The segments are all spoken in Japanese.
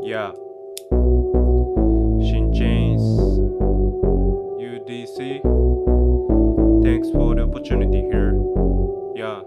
Yeah. Shin Chains, UDC. Thanks for the opportunity here. Yeah.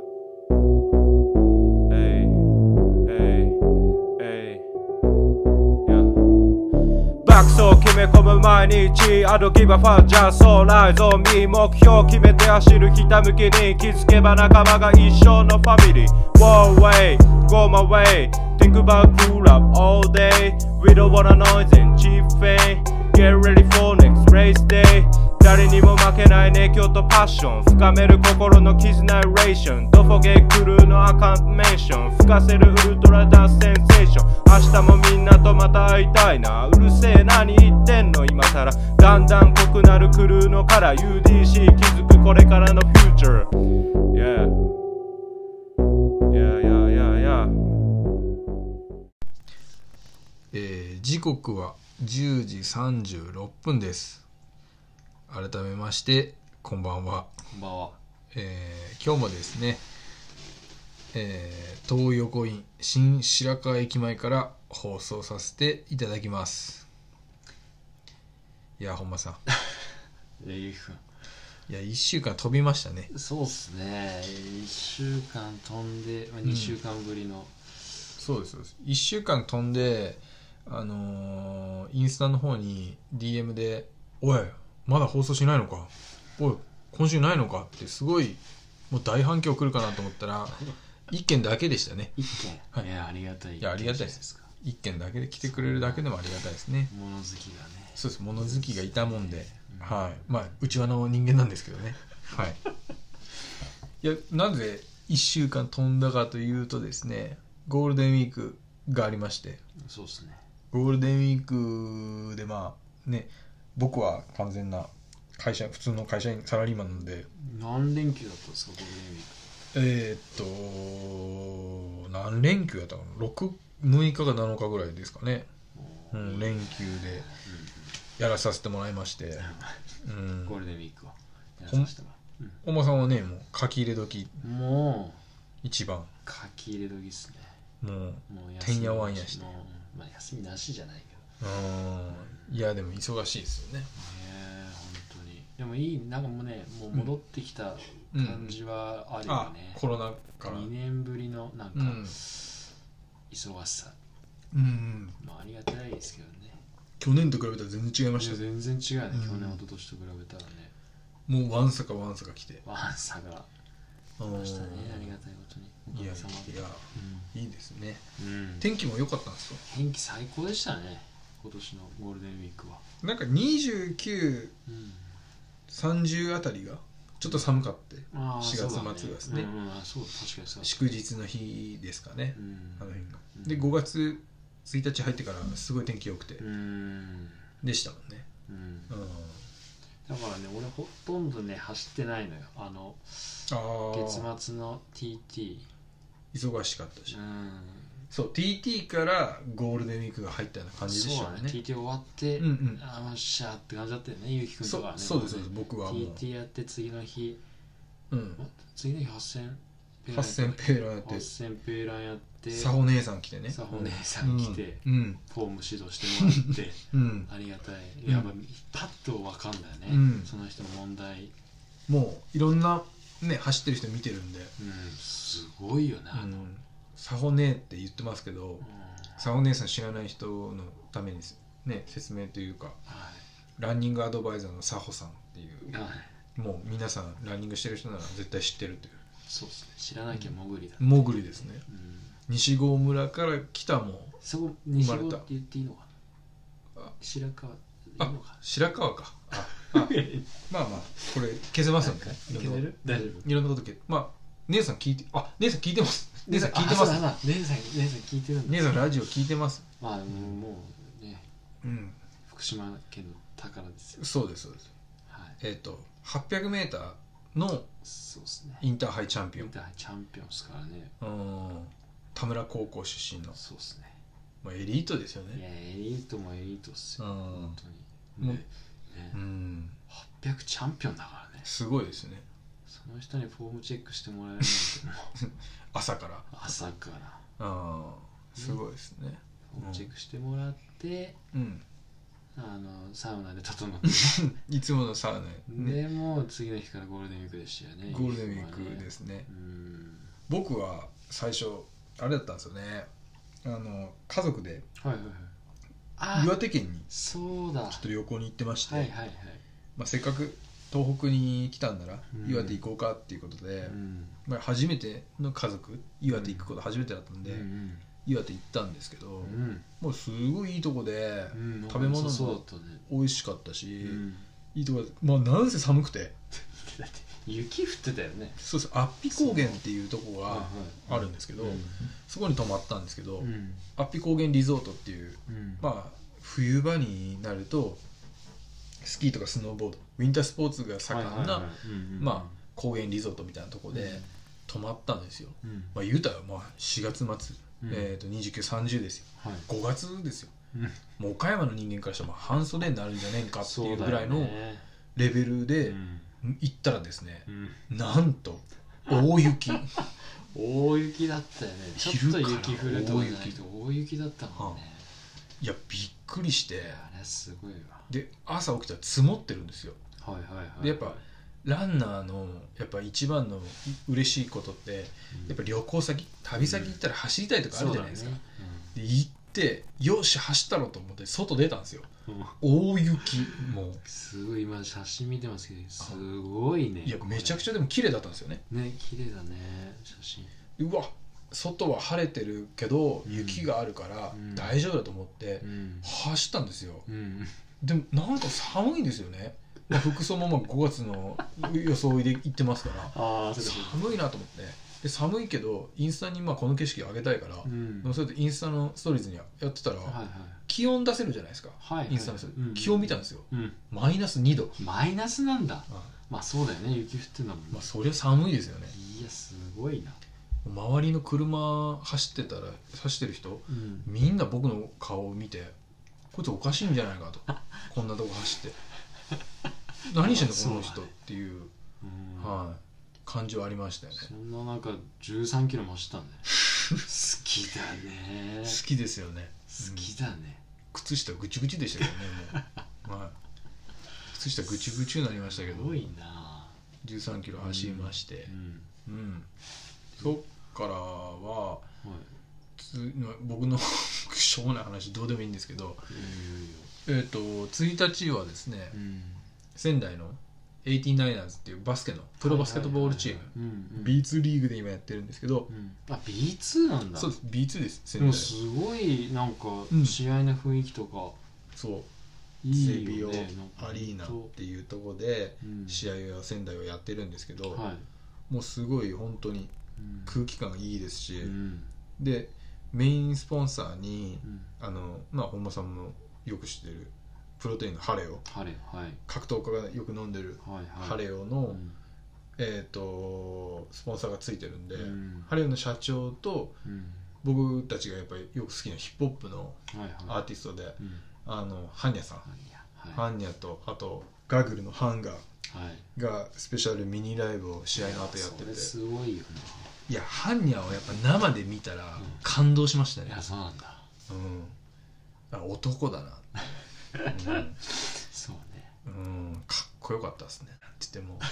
Hey, hey, hey. Yeah. 爆走決め込む毎日アドギバファンじゃそうライズオンミー目標決めて走るひたむきに気づけば仲間が一生のファミリー Go away, go my way Think about cool up all day We don't wanna noise and cheap fame Get ready for next race day 誰にも負けない熱狂とパッション深める心の絆レーション Don't forget クルーのアカウントメンション吹かせるウルトラダンスセンセーション明日もみんなとまた会いたいなうるせえ何言ってんの今さらだんだん濃くなるクルーのカラー UDC 気づくこれからのフューチャー Yeah Yeah yeah yeah yeah 時刻は10時36分です。改めましてこんばんは。 こんばんは。 今日もですね、東横イン新白河駅前から放送させていただきます。いや本間さんゆきくん。 いや1週間飛びましたね。 そうっすね。1週間飛んで、2週間ぶりの、 そうです1週間飛んでインスタの方に DM でおいまだ放送しないのかおい今週ないのかってすごいもう大反響来るかなと思ったら1件だけでしたね。 1件、 はい、 いやありがたい。 いやありがたいですか。1件だけで来てくれるだけでもありがたいですね。 物好きがね。 そうです物好きがいたもんで、はい、まあうちわの人間なんですけどね。はいいやなぜ1週間飛んだかというとですねゴールデンウィークがありまして、 そうですね。 ゴールデンウィークでまあね僕は完全な会社普通の会社員サラリーマンなので何連休だったんですかゴールデンウィーク。 何連休やったかな6日か7日ぐらいですかね、連休でやらさせてもらいまして、 ゴールデンウィークはやらさせてもらう。 本間さんはねもう書き入れ時もう一番書き入れ時っすね。 もう休みてんやわんやしてまあ休みなしじゃないけど。 いやでも忙しいですよね。 本当に。でもいいなんかもうねもう戻ってきた感じはあるよね。 コロナから 2年ぶりのなんか忙しさ。まあありがたいですけどね。 去年と比べたら全然違いましたよ。 全然違うね。去年一昨年と比べたらね。 もうワンサか来て。 ワンサが来ましたね。ありがたいことに。 いやいいですね。天気も良かったんですか。 天気最高でしたね。今年のゴールデンウィークは。 なんか29、30あたりがちょっと寒かって4月末がですね。 そう確かにそう。 祝日の日ですかね。あの辺が。で5月1日入ってからすごい天気良くてでしたもんね。 だからね俺ほとんどね走ってないのよ。月末の TT 忙しかったし、そう TT からゴールデンウィークが入ったような感じでしたよね。 そうだね TT 終わって、よっしゃーって感じだったよねゆうきくんとかはね。 そうです僕はもう TT やって次の日、次の日8000ペーランやって8000ペーランやってサホ姉さん来てねサホ姉さん来て、フォーム指導してもらってありがたい。やっぱパッと分かんだよね、その人の問題。 もういろんなね走ってる人見てるんで、 すごいよねサホ姉って言ってますけど、サホ姉さん知らない人のためにね説明というか、ランニングアドバイザーのサホさんっていう、もう皆さんランニングしてる人なら絶対知ってるという。 そうですね。知らなきゃ潜りだ。 潜りですね。西郷村から来たもそこ西郷って言っていいのかな。白川いいのか。 白川か。まあこれ消せますよね。 消せる？大丈夫。 いろんなことまあ姉さん聞いて姉さん聞いてます。姉さん聞いてます。 姉さん聞いてるんだ。 姉さんラジオ聞いてます。 まあもうね。福島県の宝ですよ。 そうです。800メーターのインターハイチャンピオン。インターハイチャンピオンですからね。 田村高校出身の。 そうですね。 まあエリートですよね。 いやエリートもエリートっすよ。本当に。800チャンピオンだからね。 すごいですね。 その人にフォームチェックしてもらえるなんて朝から。 すごいですね。 チェックしてもらって、 うん、 サウナで整っていつものサウナ、 ね、でもう次の日からゴールデンウィークでしたよね。 ゴールデンウィークですね。僕は最初あれだったんですよね、家族で岩手県にちょっと旅行に行ってまして、まあ、せっかく東北に来たんなら岩手行こうかっていうことで、まあ、初めての家族岩手行くこと初めてだったんで、岩手行ったんですけど、もうすごいいいとこで、食べ物も美味しかったし、いいとこで、まあなんせ寒くてだって雪降ってたよね。 そうそう、安比高原っていうとこがあるんですけど、そこに泊まったんですけど、安比高原リゾートっていう、まあ冬場になるとスキーとかスノーボード、ウィンタースポーツが盛んなまあ高原リゾートみたいなとこで泊まったんですよ。まあ言うたらまあ4月末、29、30ですよ、5月ですよ。もう岡山の人間からしたら半袖になるんじゃねえかっていうぐらいのレベルで行ったらですね、なんと大雪大雪だったよね。ちょっと雪降るとかじゃないと大雪だったもんね。 いやびっくりして、 あれすごいわ。 で朝起きたら積もってるんですよ。でやっぱランナーのやっぱ一番の嬉しいことって、やっぱ旅行先旅先行ったら走りたいとかあるじゃないですか。で行ってよし走ったろうと思って外出たんですよ。大雪、もうすごい今写真見てますけどすごいね。 いやめちゃくちゃでも綺麗だったんですよね。 ね、綺麗だね写真。 うわ外は晴れてるけど雪があるから大丈夫だと思って走ったんですよ。でもなんか寒いんですよね。服装もまあ5月の装いで行ってますから寒いなと思って、で寒いけどインスタにまあこの景色上げたいから、それでインスタのストーリーズにやってたら気温出せるじゃないですか。インスタのストーリーズ気温見たんですよ。マイナス2度。 マイナスなんだ。まあそうだよね、雪降ってんだもんね。 まあそりゃ寒いですよね。 いやすごいな。 周りの車走ってる人、みんな僕の顔を見てこいつおかしいんじゃないかとこんなとこ走って何してんのこの人っていう、感じはありましたよね。 そんななんか13キロも走ったんで好きだね。 好きですよね。 好きだね。 靴下ぐちゅぐちゅでしたけどねもう、靴下ぐちゅぐちゅになりましたけど、すごいな。13キロ走りまして、そっからは、僕のしょうもない話どうでもいいんですけど、1日はですね、仙台の 89ers っていうバスケのプロバスケットボールチーム B2 リーグで今やってるんですけど、 あ B2 なんだ。 そうです B2 です。 仙台すごいなんか試合の雰囲気とか、 そういいよね。セビオアリーナっていうところで試合は仙台はやってるんですけど、もうすごい本当に空気感がいいですし、でメインスポンサーにまあ本間さんもよく知ってるプロテインのハレオ、格闘家がよく飲んでるハレオのスポンサーがついてるんで、ハレオの社長と僕たちがやっぱりよく好きなヒップホップのアーティストでハンニャさん、ハンニャとあとガグルのハンガーがスペシャルミニライブを試合の後やってて、 すごいよね。 いやハンニャをやっぱ生で見たら感動しましたね。 いやそうなんだ。 男だなそうね。 かっこよかったですね。って言っても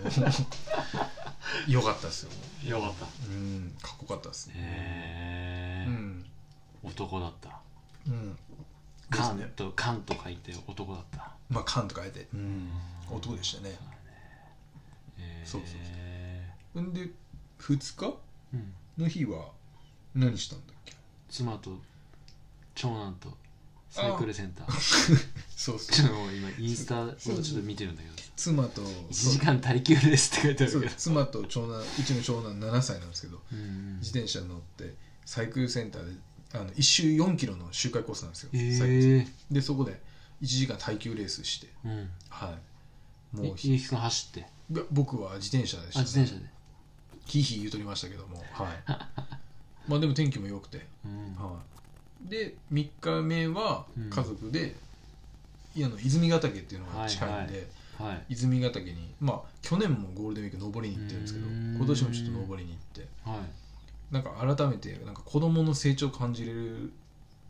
よかったですよ。 よかった。 かっこよかったですね。 男だった。カンと書いて男だった。 まあカンと書いて男でしたね。そうそうそう。で2日の日は何したんだっけ。 妻と長男とサイクルセンターそうそう今インスタをちょっと見てるんだけど、 妻と 1時間耐久ですって書いてあるけど、 妻と長男、うちの長男7歳なんですけど、自転車乗ってサイクルセンターで1周4キロの周回コースなんですよ。でそこで1時間耐久レースして、 もうゆうきくん走って、 僕は自転車でした、 自転車でヒーヒー言うとりましたけども、まあでも天気も良くて、で3日目は家族で、泉ヶ岳っていうのが近いんで、泉ヶ岳にまあ去年もゴールデンウィーク登りに行ってるんですけど、今年もちょっと登りに行って、なんか改めてなんか子供の成長を感じれる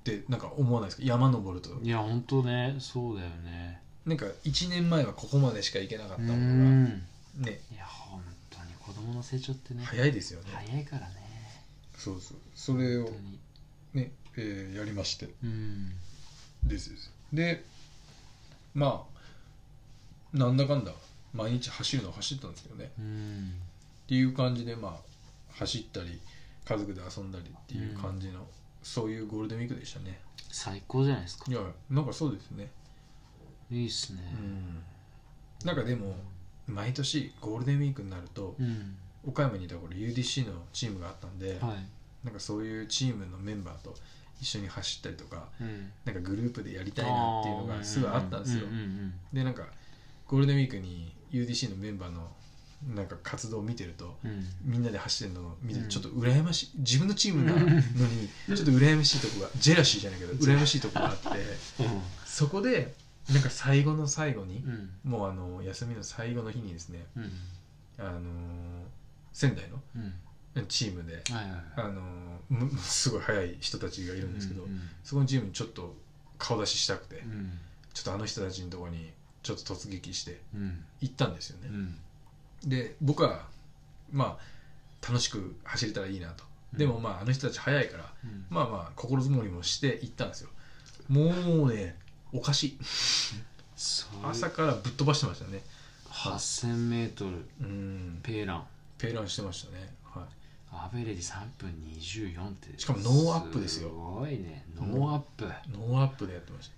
ってなんか思わないですか？山登るといや本当ね、そうだよね。 なんか1年前はここまでしか行けなかったものがね、 いや本当に子供の成長ってね早いですよね。 早いからね。 そうそう、それをね、やりまして、ですで、まあなんだかんだ毎日走るのは走ったんですけどね、っていう感じで、まあ走ったり家族で遊んだりっていう感じの、そういうゴールデンウィークでしたね。 最高じゃないですか。 いやなんかそうですね、 いいっすね。 なんかでも毎年ゴールデンウィークになると、岡山にいた頃 UDC のチームがあったんで、なんかそういうチームのメンバーと一緒に走ったりとか、なんかグループでやりたいなっていうのがすぐあったんですよ。でなんかゴールデンウィークに UDC のメンバーのなんか活動を見てると、みんなで走ってるのを見てちょっと羨ましい、自分のチームなのにちょっと羨ましいとこがジェラシーじゃないけど羨ましいとこがあって、そこでなんか最後の最後に、もう休みの最後の日にですね、仙台のチームで、すごい速い人たちがいるんですけど、そこのチームにちょっと顔出ししたくて、ちょっとあの人たちのところにちょっと突撃して行ったんですよね。で僕はまあ楽しく走れたらいいなと、でもまああの人たち速いから、まあまあ心づもりもして行ったんですよ。もうねおかしい朝からぶっ飛ばしてましたね。 8000m ペーランしてましたね。 アベレージ3分24って、 しかもノーアップですよ。 すごいね。ノーアップでやってました。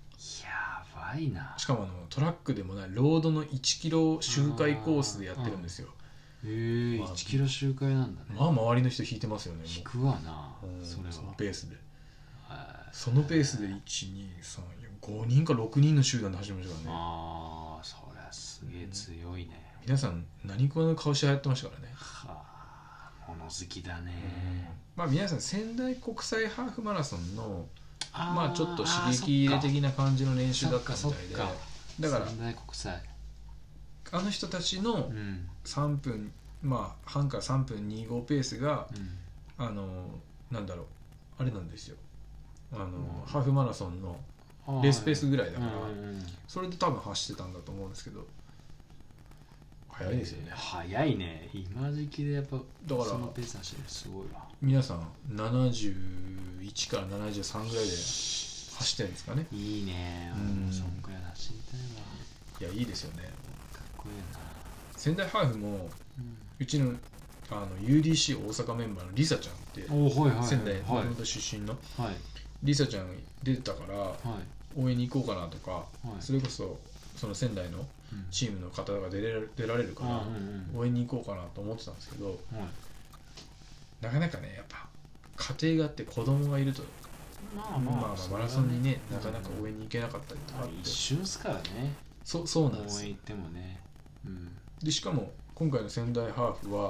やばいな。 しかもトラックでもないロードの1キロ周回コースでやってるんですよ。 1キロ周回なんだね。 まあ周りの人引いてますよね。 引くわな、それは。 そのペースでそのペースで12345人か6人の集団で走りましたからね。 ああそりゃすげえ強いね。 皆さん何食わぬ顔してやってましたからね。 物好きだね。 まあ皆さん仙台国際ハーフマラソンのまあちょっと刺激入れ的な感じの練習だったみたいで、だから仙台国際あの人たちの3分、まあ半から3分25ペースが、なんだろうあれなんですよ、ハーフマラソンのレースペースぐらいだから、それで多分走ってたんだと思うんですけど、早いですよね。 早いね。今時期でやっぱだからそのペース走るのすごいわ。皆さん71から73ぐらいで走ってるんですかね。 いいね。そんくらい走りたいわ。 いやいいですよね。 かっこいいな。 仙台ハーフも、うちのUDC 大阪メンバーのリサちゃんって仙台熊本出身のリサちゃん出てたから応援に行こうかなとか、それこそその仙台のチームの方が出られるから応援に行こうかなと思ってたんですけど、なかなかねやっぱ家庭があって子供がいるとまあマラソンにねなかなか応援に行けなかったりとかあって、 一瞬ですからね。 そうなんです。 応援行ってもね。 でしかも今回の仙台ハーフは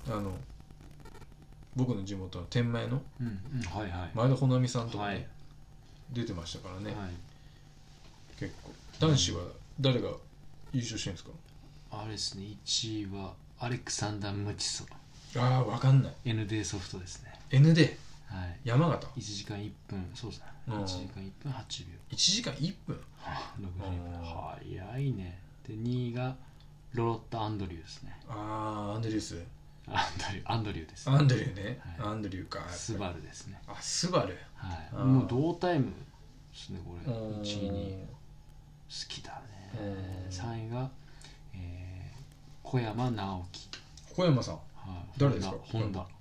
僕の地元の天満の前田穂波さんとかね出てましたからね。結構男子は誰が優勝してるんですか？ あれですね、1位はアレクサンダー・ムチソ。 ああ分かんない。 ND ソフトですね。 ND、山形。 1時間1分、そうですね、1時間1分8秒。 1時間1分早いね。で2位がロロット・アンドリューですね。 アンドリュース。 アンドリューです。 アンドリューね、アンドリューか。 スバルですね。 スバル。 もう同タイムですねこれ。1位に好きだね。3位が小山直樹。 小山さん、誰ですか？ 本田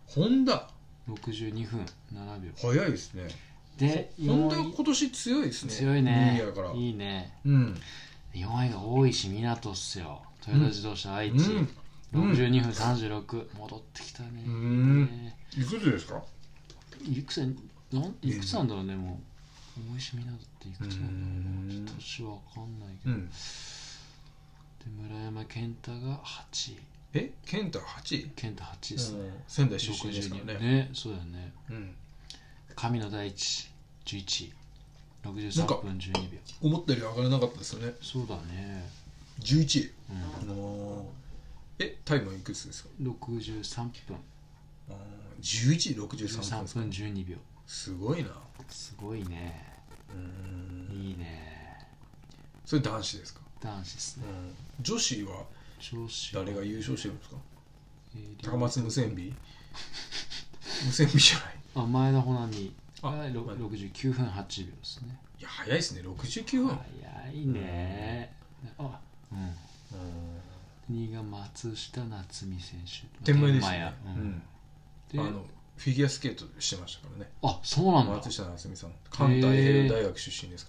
62分7秒。 早いですね。で本田今年強いですね。 強いね。いいね。4位が大石港っすよ。トヨタ自動車愛知62分36。戻ってきたね。 いくつですか？ いくつなんだろうね。もう大石港っていくつなんだろう。年わかんないけど。で村山健太が8位。 健太8位？健太8位ですね。 仙台出身ですからね。そうだよね。神野大地11位63分12秒。 思ったより上がらなかったですよね。 そうだね。 11位。タイムはいくつですか？ 63分。 11位63分 12秒。 すごいな。 すごいね。いいね。 それ男子ですか？ 男子ですね。 女子は誰が優勝してるんですか？高松無線美無線美じゃない。 あ、前田穂波が69分8秒ですね。 いや、早いですね、69分。 早いね。あ、2位が松下夏美選手。 天満屋ですね。 でフィギュアスケートしてましたからね。 あ、そうなんだ。 松下夏美さん、関西平和大学出身ですから。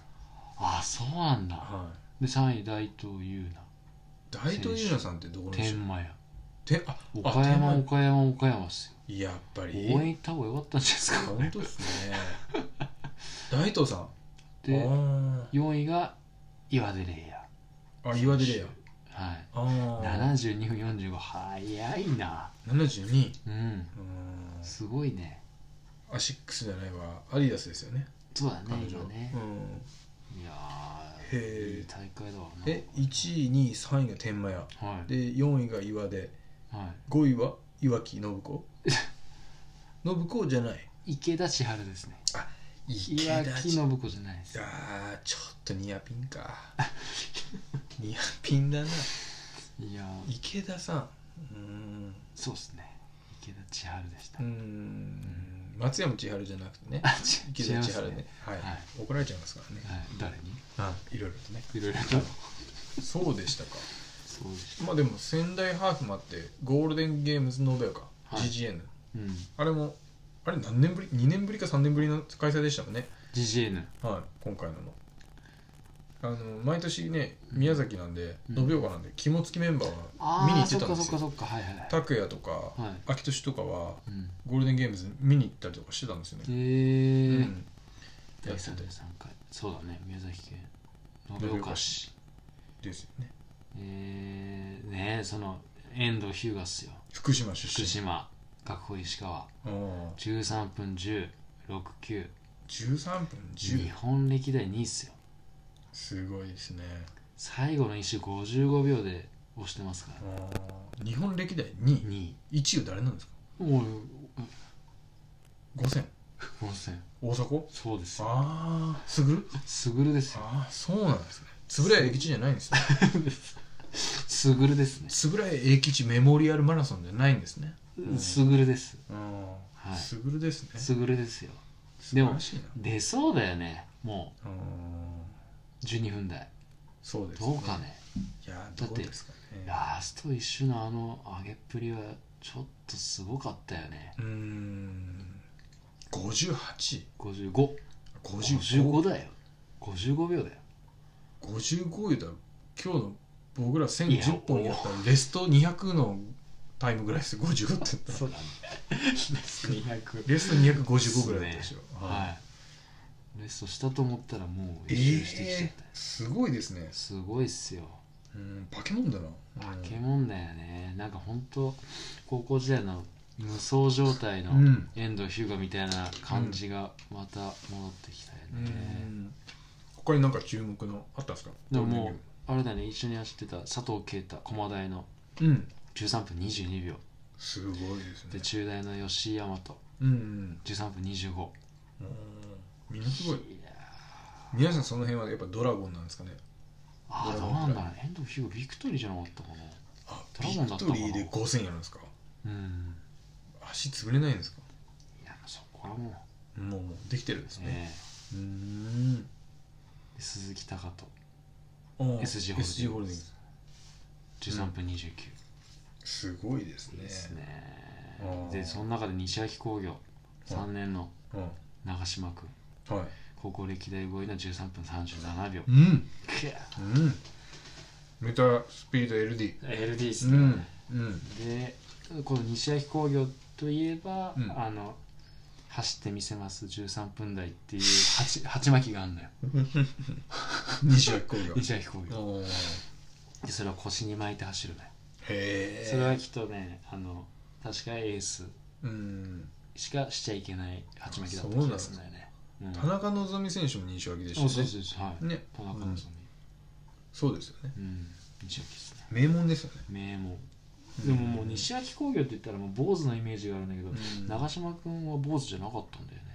あ、そうなんだ。で、3位大東優奈。 大東優奈さんってどこの人？ 天満屋。岡山っすよ。 やっぱり応援行った方がよかったんじゃないですか。 本当ですね。大東さんで、4位が岩出玲也。岩出玲也。 はい。72分45。早いな。 72。 すごいね。 アシックスじゃないわ、アディダスですよね。 そうだね、今ね。いやー、いい大会だわな。 1位、2位、3位が天満屋。で、4位が岩出。5位は岩木信子。信子じゃない。 池田千春ですね。 あ、 岩木信子じゃないです。 ちょっとニアピンか。ニアピンだな。 いや、 池田さん。 そうですね。池田千春でした。 松山千春じゃなくてね。池田千春ね。はい。怒られちゃいますからね。 誰に？ いろいろとね。 いろいろと。 そうでしたか。 そうでした。 まあでも仙台ハーフもあってゴールデンゲームズノーベルか。GGN。あれもあれ何年ぶり？2年ぶりか3年ぶりの開催でしたもんね。 GGN。 はい。今回の。毎年ね、宮崎なんで、延岡なんで、肝付きメンバーは見に行ってたんですよ。拓也とか、秋年とかは、ゴールデンゲームズ見に行ったりとかしてたんですよね。 第33回。そうだね、宮崎県延岡市。 ですよね。 ねえ、その、遠藤日向っすよ。 福島出身。 福島、学法石川。13分10、6、9。 13分10。 日本歴代2位っすよ。 すごいですね。 最後の1周55秒で押してますから。 日本歴代2位。1位は誰なんですか？5000。大迫？ そうですよ。 すぐる？ すぐるですよ。 そうなんですね。円谷英吉じゃないんですね。 すぐるですね。 円谷英吉メモリアルマラソンじゃないんですね。 すぐるです。 すぐるですね。 すぐるですよ。でも出そうだよね。もう12分台。 そうです。 どうかね。 だってラスト1周の上げっぷりはちょっとすごかったよね。 58、 55だよ。55秒だよ。 55秒だ。今日の僕ら1010本やったらレスト200のタイムぐらいですよ。55って言ったら。 そうだね。 レスト255ぐらいだったでしょ。 はい。レストしたと思ったらもう一周してきちゃった。 すごいですね。 すごいっすよ。 化け物だな。 化け物だよね。なんかほんと高校時代の無双状態の遠藤日向みたいな感じがまた戻ってきたよね。 他になんか注目のあったんですか？ でももうあれだね、一緒に走ってた佐藤圭太、駒大の13分22秒。 すごいですね。 で中大の吉井大和13分25。 みんなすごい。皆さんその辺はやっぱドラゴンなんですかね。 どうなんだろう。遠藤日向ビクトリーじゃなかったかな。 ビクトリーで5000やるんですか？足潰れないんですか？ いや、そこはもうできてるんですね。 鈴木貴人 SG ホールディングス13分29。 すごいですね。 でその中で西脇工業3年の長島君、高校歴代5位の13分37秒。 メタスピード LD ですね。でこの西脇工業といえば、走ってみせます13分台っていう鉢巻きがあるのよ。 西脇工業でそれを腰に巻いて走るのよ。 へえ。 それはきっとね、確かエースしかしちゃいけない鉢巻きだった気がするんだよね。 田中希実選手も西脇でしたね。 そうです。はいね。田中希実。 そうですよね。 西脇ですね。 名門ですよね。 名門。でももう西脇工業って言ったらもう坊主のイメージがあるんだけど、長嶋君は坊主じゃなかったんだよね。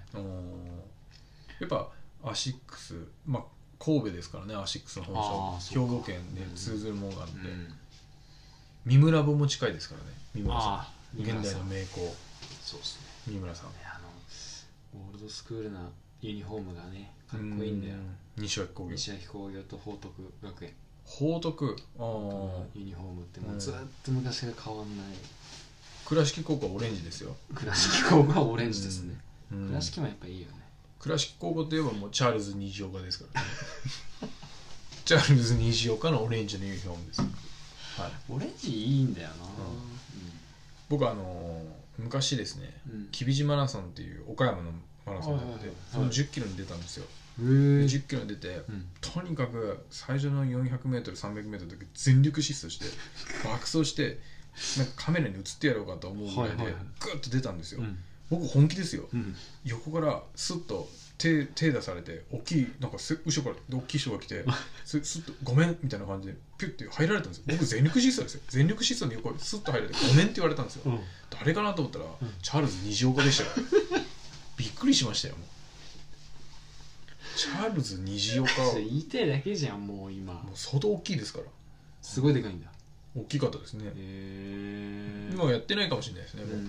やっぱアシックス、まあ神戸ですからね、アシックスの本社、兵庫県で通ずるものがあって、三村部も近いですからね。三村さん、現代の名工。 そうですね、 三村さん、 オールドスクールなユニフォームがねかっこいいんだよ。 西脇工業、 西脇工業と報徳学園、 報徳、 ユニフォームってもうずっと昔から変わんない。 倉敷高校はオレンジですよ。 倉敷高校はオレンジですね。倉敷もやっぱいいよね。 倉敷高校といえばもうチャールズ虹岡ですからね。チャールズ虹岡のオレンジのユニフォームです。はい、 オレンジいいんだよな。 僕昔ですね、吉備路マラソンっていう岡山のマラソンがあって、その10キロに出たんですよ。10キロに出て、とにかく最初の 400m、300m の時全力疾走して爆走してなんかカメラに映ってやろうかと思うぐらいでグッと出たんですよ。僕本気ですよ。横からスッと手出されて、大きいなんか後ろから大きい人が来てスッとごめんみたいな感じでピュッて入られたんですよ。僕全力疾走ですよ。全力疾走に横にスッと入られてごめんって言われたんですよ。誰かなと思ったらチャールズ虹岡でしたよ。びっくりしましたよ。もうチャールズ虹岡は言いたいだけじゃん。もう今もう相当大きいですから。 すごいでかいんだ。 大きかったですね。今はやってないかもしれないですね。もう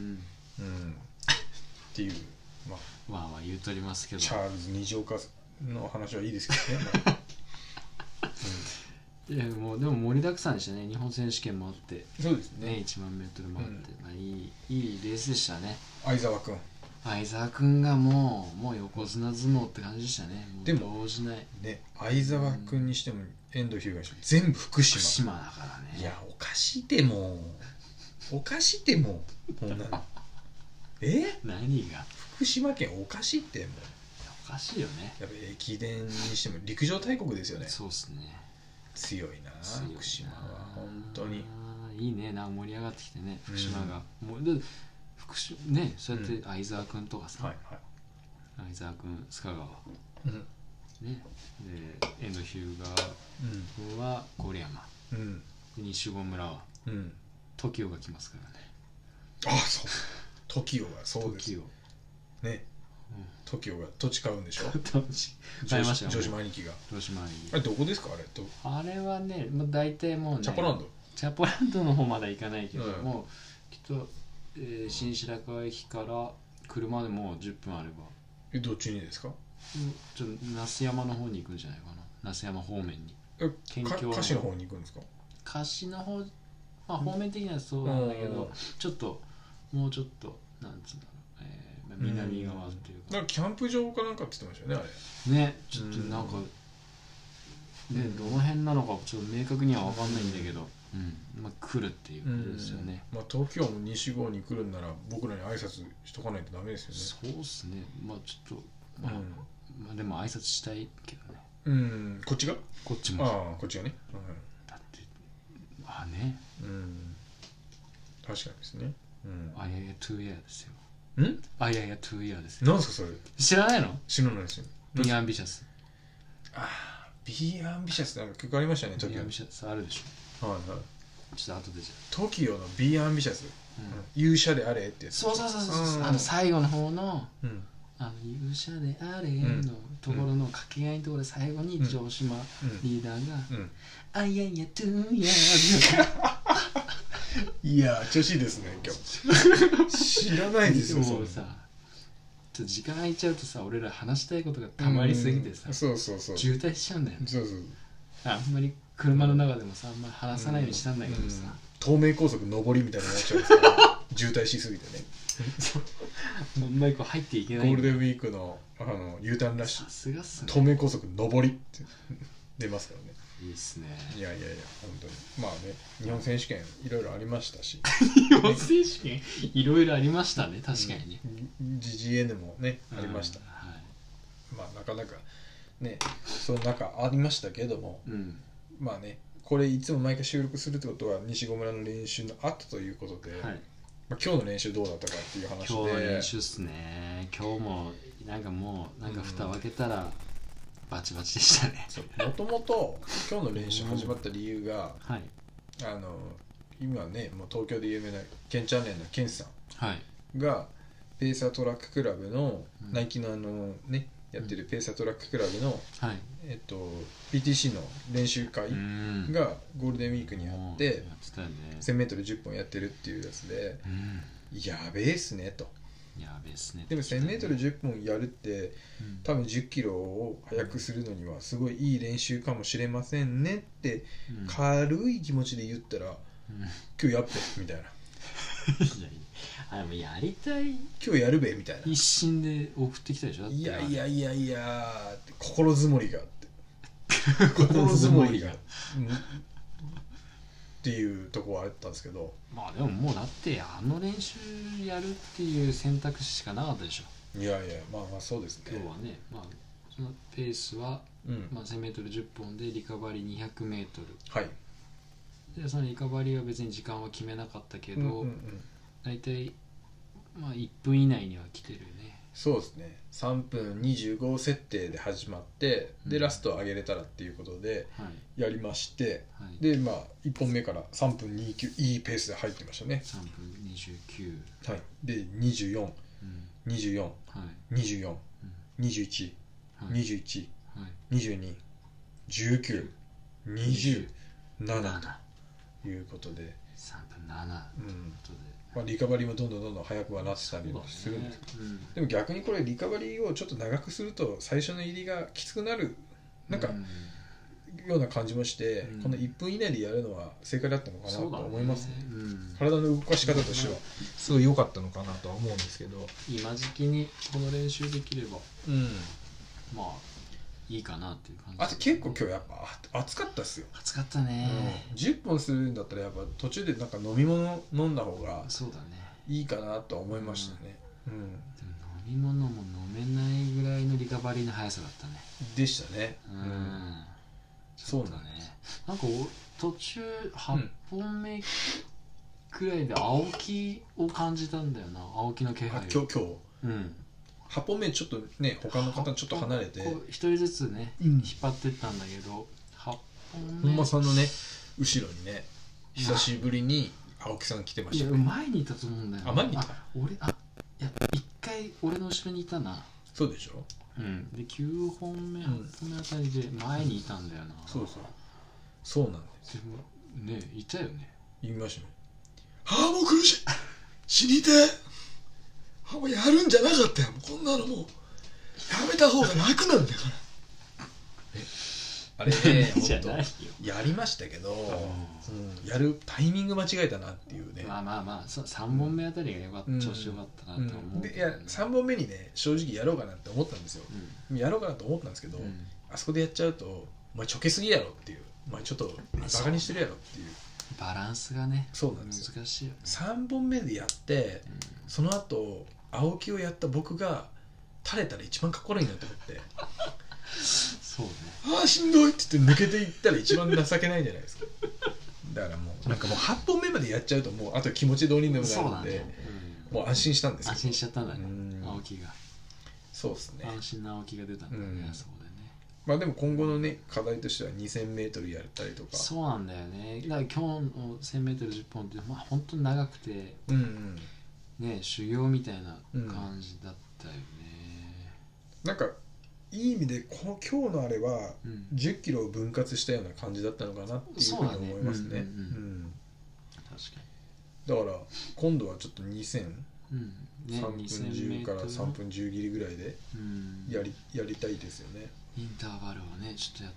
っていう、 まあ言うとりますけど、 チャールズ虹岡の話はいいですけどね。 いやもうでも盛りだくさんでしたね。日本選手権もあって、 そうですね。 1万メートルもあって、いいレースでしたね。 相澤君がもう横綱相撲って感じでしたね。 でも動じないね、相澤君にしても遠藤日向にしても全部福島だからね。 いやおかしいてもこんなの何が福島県おかしいってもうおかしいよね。 やっぱ駅伝にしても陸上大国ですよね。 そうっすね。 強いな福島は本当に。 いいね、なんか盛り上がってきてね、福島が。もうね、そうやって相澤君とかさ、相澤君、須賀川、ね、で遠藤日向君は郡山、西郷村は TOKIO が来ますからね。 あ、そう TOKIO がそうですね。TOKIO が土地買うんでしょ。 買いましたよ。 城島兄貴が。あれどこですかあれはね、大体もうね、 チャポランドの方まだ行かないけど、もうきっと新白河駅から車でもう10分あれば。 どっちにですか？ ちょっと那須山の方に行くんじゃないかな。那須山方面に。 歌詞の方に行くんですか？ 歌詞の方、方面的にはそうなんだけど、もうちょっとなんつうんだろう、南側っていうか。 なんかキャンプ場かなんかって言ってましたよね、あれ。ね、ちょっとなんかね、どの辺なのかちょっと明確には分かんないんだけど、来るっていうことですよね。 東京も西郷に来るんなら僕らに挨拶しとかないとダメですよね。そうっすね。ちょっとでも挨拶したいけどね。こっちが？ こっちも。 こっちがね。 だってね。 確かにですね。 あやや2 year ですよ。 あやや2 year ですよ。 なんすかそれ？ 知らないの？ 知らないですよ。 Be Ambitious。 Be Ambitious なんか曲ありましたね。 Be Ambitious あるでしょ。 はい。 ちょっと後でじゃ。TOKIO の Be Ambitious。勇者であれってやつ。 そう。最後の方の勇者であれのところの掛け合いのところで最後に城島リーダーがあややとやいや調子いいですね今日。知らないですよ。 もうさ、ちょっと時間空いちゃうとさ、俺ら話したいことがたまりすぎてさ、 渋滞しちゃうんだよね。あんまり車の中でもさ、あんまり話さないようにしたんだけどさ、 東名高速上りみたいになっちゃうんですから渋滞しすぎてね。 あんまりこう入っていけない。 ゴールデンウィークのU ターンラッシュ、 さすがっすね。 東名高速上りって出ますからね。 いいっすね。 いや本当にまあね、日本選手権いろいろありましたし日本選手権いろいろありましたね。確かにね。 GGN もねありました。まあなかなかね、その中ありましたけども、まあね、これいつも毎回収録するってことは西郷村の練習の後ということで、今日の練習どうだったかっていう話で。 今日の練習っすね。今日もなんか蓋を開けたらバチバチでしたね。 もともと今日の練習始まった理由が、今ねもう東京で有名なケンチャンネルのケンさんが、 ペーサートラッククラブの、 うん、 ナイキのねやってるペーサートラッククラブの、 はい、 PTC の練習会がゴールデンウィークにあって、 やってたよね、 1000m10 本やってるっていうやつで、やべえっすねと。 やべえっすね。 でも 1000m10 本やるって、多分10キロを速くするのにはすごいいい練習かもしれませんねって軽い気持ちで言ったら、今日やっべみたいなあれもやりたい、 今日やるべみたいな一心で送ってきたでしょ。だっていやいやいやいやって心づもりがあって心づもりがっていうところはあったんですけど、 まあでももうだってあの練習やるっていう選択肢しかなかったでしょ。 いやいやまあまあそうですね。 今日はね、まあそのペースは、まあ 1000m10 本でリカバリー 200m、 はい、 でそのリカバリーは別に時間は決めなかったけど、大体まあ1分以内には来てるよね。 そうですね。3分25設定で始まって、でラスト上げれたらっていうことでやりまして、はい、でまあ1本目から3分29いいペースで入ってましたね。 3分29、 はい、で24、24、 はい、 24、21、21、22、19、20、7ということで 3分7ということで、 まあ、リカバリーもどんどん速くはなってたりするんですけど、でも逆にこれリカバリーをちょっと長くすると最初の入りがきつくなるなんか、ような感じもして、この1分以内でやるのは正解だったのかなと思いますね。体の動かし方としてはすごい良かったのかなとは思うんですけど、 今時期にこの練習できれば、まあいいかなっていう感じ。 あと結構今日やっぱ暑かったっすよ。 暑かったね、 10本するんだったらやっぱ途中でなんか飲み物飲んだ方がそうだねいいかなとは思いましたね。 でも飲み物も飲めないぐらいのリカバリーの速さだったね。 でしたね。そうだね。 なんか途中8本目くらいで青木を感じたんだよな。青木の気配。 今日8本目ちょっとね他の方ちょっと離れて一人ずつね、引っ張ってったんだけど、8本目本間さんのね後ろにね久しぶりに青木さん来てましたね。 いや前にいたと思うんだよ。 前にいた。 いや一回俺の後ろにいたな。 そうでしょ。 で9本目8本目あたりで前にいたんだよな。 そうなんですよ。 でもねいたよね。 言いましたね。もう苦しい死にてもうやるんじゃなかったよ。こんなのもうやめた方が楽なんだからあれねやりましたけど、やるタイミング間違えたなっていうね。 まあ3本目あたりが調子よかったなと思う。 いや3本目にね正直やろうかなって思ったんですよ。やろうかなと思ったんですけど、あそこでやっちゃうとお前ちょけすぎやろっていう、お前ちょっとバカにしてるやろっていうバランスがねそうなんですよ。 難しいよね。3 本目でやって、その後青木をやった僕が垂れたら一番かっこ悪いなと思ってそうね。 しんどいって言って抜けていったら一番情けないじゃないですか。だからもうなんかもう8本目までやっちゃうともうあと気持ちどうにでもなるので、もう安心したんですよ。 安心しちゃったんだね、青木が。 そうですね。 安心な青木が出たんだね、あそこでね。 まあでも今後のね課題としては 2000m やったりとか。そうなんだよね。だから今日の 1000m10 本ってまあ本当に長くて、ね、修行みたいな感じだったよね。 なんかいい意味で今日のあれは10キロを分割したような感じだったのかなっていうふうに思いますね。 確かに。だから今度はちょっと2000、 3 分10から3分10切りぐらいでやりたいですよね。 インターバルをねちょっとやって、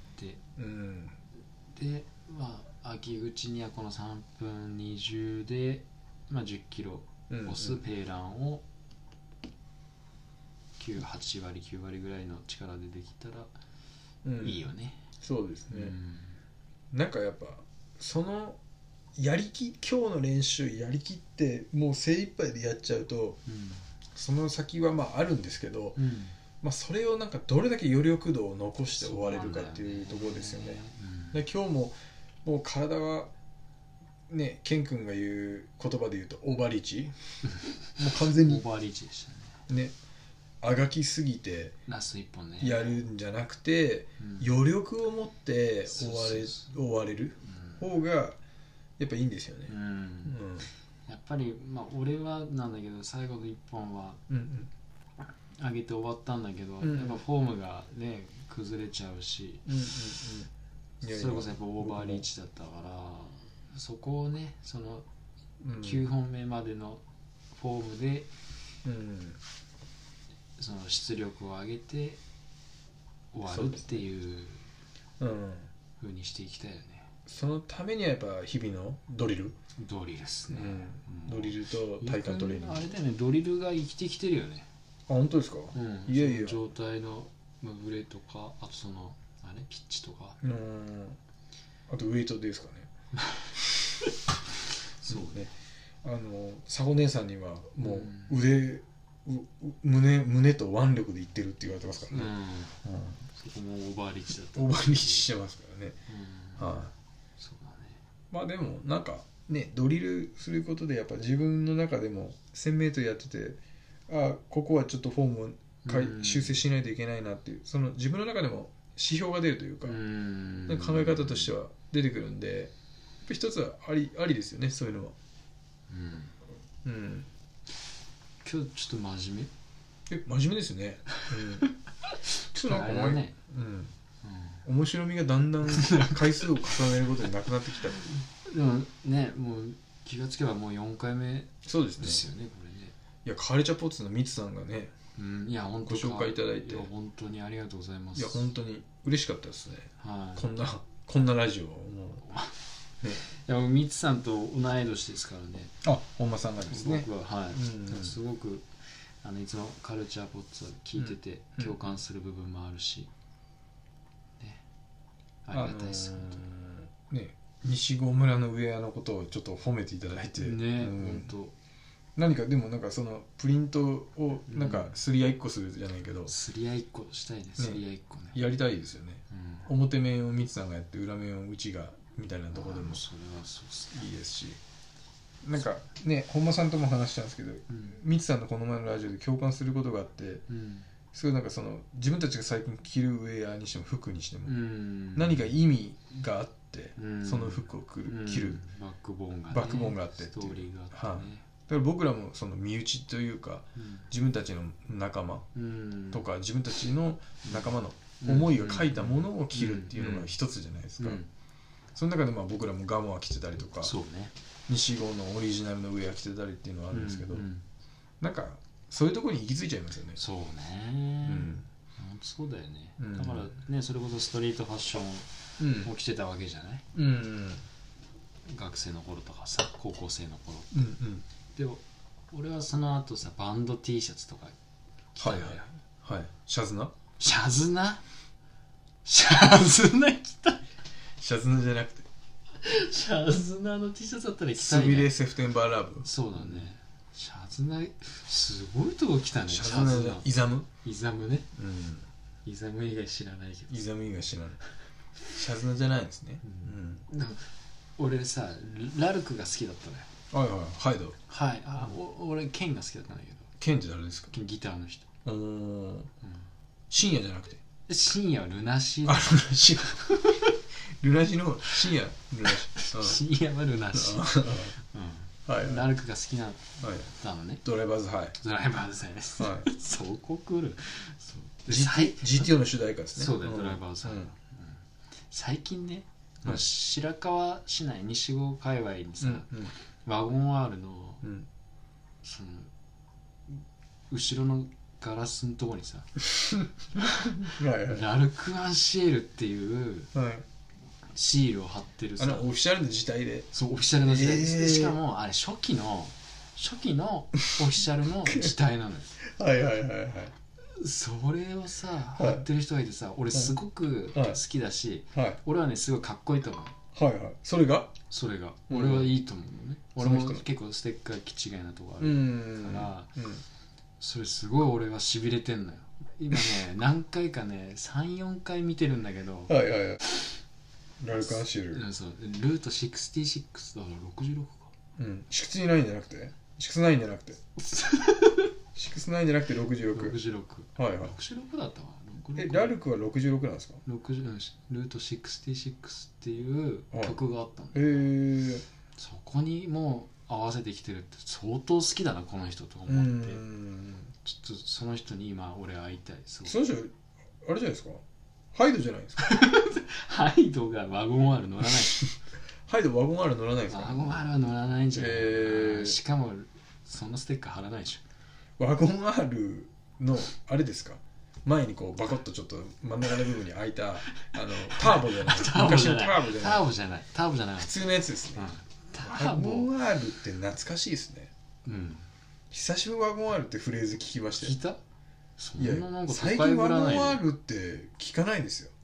でまあ秋口にはこの3分20で、まあ、10キロ押すペーランを8割9割ぐらいの力でできたらいいよね。 そうですね。なんかやっぱその今日の練習やりきってもう精一杯でやっちゃうと、その先はまああるんですけど、まあそれをなんかどれだけ余力度を残して終われるかっていうところですよね。で今日もう体はね、ケン君が言う言葉で言うとオーバーリーチもう完全にオーバーリーチでしたね。 あがきすぎてラスト1本ねやるんじゃなくて、余力を持って終われる方がやっぱいいんですよね。 やっぱりまあ俺はなんだけど最後の1本は上げて終わったんだけど、やっぱフォームがね崩れちゃうし、それこそやっぱオーバーリーチだったから、そこをねその9本目までのフォームで、その出力を上げて終わるっていう風にしていきたいよね。 そのためにはやっぱ日々のドリルですね、 ドリルと体幹トレーニング。 あれだよね、ドリルが生きてきてるよね。 あ、本当ですか？いやいや、 状態のブレとか、あとそのピッチとか、 あとウェイトですかね。 そうね。 佐保姉さんにはもう胸と腕力でいってるって言われてますからね。 そこもオーバーリーチだった。 オーバーリーチしてますからね。 そうだね。 まあでもなんかね、ドリルすることでやっぱ自分の中でも 1000m やってて、ここはちょっとフォームを修正しないといけないなっていう、その自分の中でも指標が出るというか、考え方としては出てくるんで、やっぱ一つはありですよね、そういうのは。今日ちょっと真面目ですよね。ちょっとなんかね、面白みがだんだん回数を重ねることになくなってきた。 でもね、もう気がつけばもう4回目ですよね、これね。 いや、カレチャポッツのミツさんがね、 いや本当ご紹介いただいて、 本当にありがとうございます。 いや本当に嬉しかったですね。こんなラジオをもうね。いやミツさんと同い年ですからね。 本間さんがですね。 僕はすごくいつもカルチャーポッツ聞いてて共感する部分もあるし、ありがたいですね。西郷村のウェアのことをちょっと褒めていただいてね、本当。 何かでもなんかそのプリントをなんかすり合いっこするじゃないけど、 すり合いっこしたいね。すり合いっこね、 やりたいですよね。表面をミツさんがやって裏面をうちがみたいなところでもそれはそうですね、 いいですし、なんかね、本間さんとも話したんですけど、ミツさんのこの前のラジオで共感することがあって、すごいなんかその自分たちが最近着るウェアにしても服にしても何か意味があって、その服を着るバックボーンがあってっていうストーリーがあってね。 だから僕らもその身内というか、自分たちの仲間とか自分たちの仲間の思いが書いたものを着るっていうのが一つじゃないですか。その中でまあ僕らもガモア着てたりとか、西郷のオリジナルのウェア着てたりっていうのはあるんですけど、なんかそういうところに行き着いちゃいますよね。 そうね、本当そうだよね。だからね、それこそストリートファッションを着てたわけじゃない、学生の頃とかさ、高校生の頃って、で俺はその後さ、バンド T シャツとか着たよ。 シャズナ着たシャズナじゃなくてシャズナの T シャツだったら着たいね。 スビレセプテンバーラブ。 そうだね。シャズナすごいとこ来たね。 シャズナイザムね。イザム以外知らないけど。 イザム以外知らない。シャズナじゃないですね。 俺さ、ラルクが好きだったね。 ハイド。 俺ケンが好きだったんだけど。 ケンって誰ですか？ ギターの人。 深夜じゃなくて。 深夜はルナシー。 ルナシーの深夜ルナシー。深夜はルナシー。ラルクが好きなのね。 ドライバーズハイ。 ドライバーズハイです。そこ来る。 GTO の主題歌ですね。 そうだよ、ドライバーズハイ。最近ね、白河市内西郷界隈にさ、ワゴン R のその後ろのガラスのとこにさラルクアンシエルっていうシールを貼ってるさ、 オフィシャルの字体で、 そう、オフィシャルの字体で、しかもあれ初期のオフィシャルの字体なのよ。それをさ貼ってる人がいてさ、俺すごく好きだし、俺はねすごいかっこいいと思う。それが俺はいいと思うのね。俺も結構ステッカー気違いなとこあるから、それすごい俺はしびれてんのよ。今ね何回かね 3,4 回見てるんだけど、ラルクアンシエル、ルート66だから66か。 69じゃなくて69じゃなくて69じゃなくて66 だったわ。 ラルクは66なんですか？ ルート66っていう曲があったんだよ。そこにもう合わせてきてるって相当好きだなこの人と思って、ちょっとその人に今俺会いたい。 その人あれじゃないですか、ハイドじゃないですか。 ハイドがワゴン R 乗らないハイドワゴン R 乗らないですか。 ワゴン R は乗らないんじゃない、しかもそんなステッカー貼らないでしょ。ワゴン R のあれですか、前にこうバコッとちょっと真ん中の部分に開いたターボじゃない昔のターボじゃないターボじゃないターボじゃない普通のやつですね、ワゴン R って懐かしいですね。久しぶりワゴン R ってフレーズ聞きましたよ。 聞いた？そんななんか最近ワゴン R って聞かないですよ。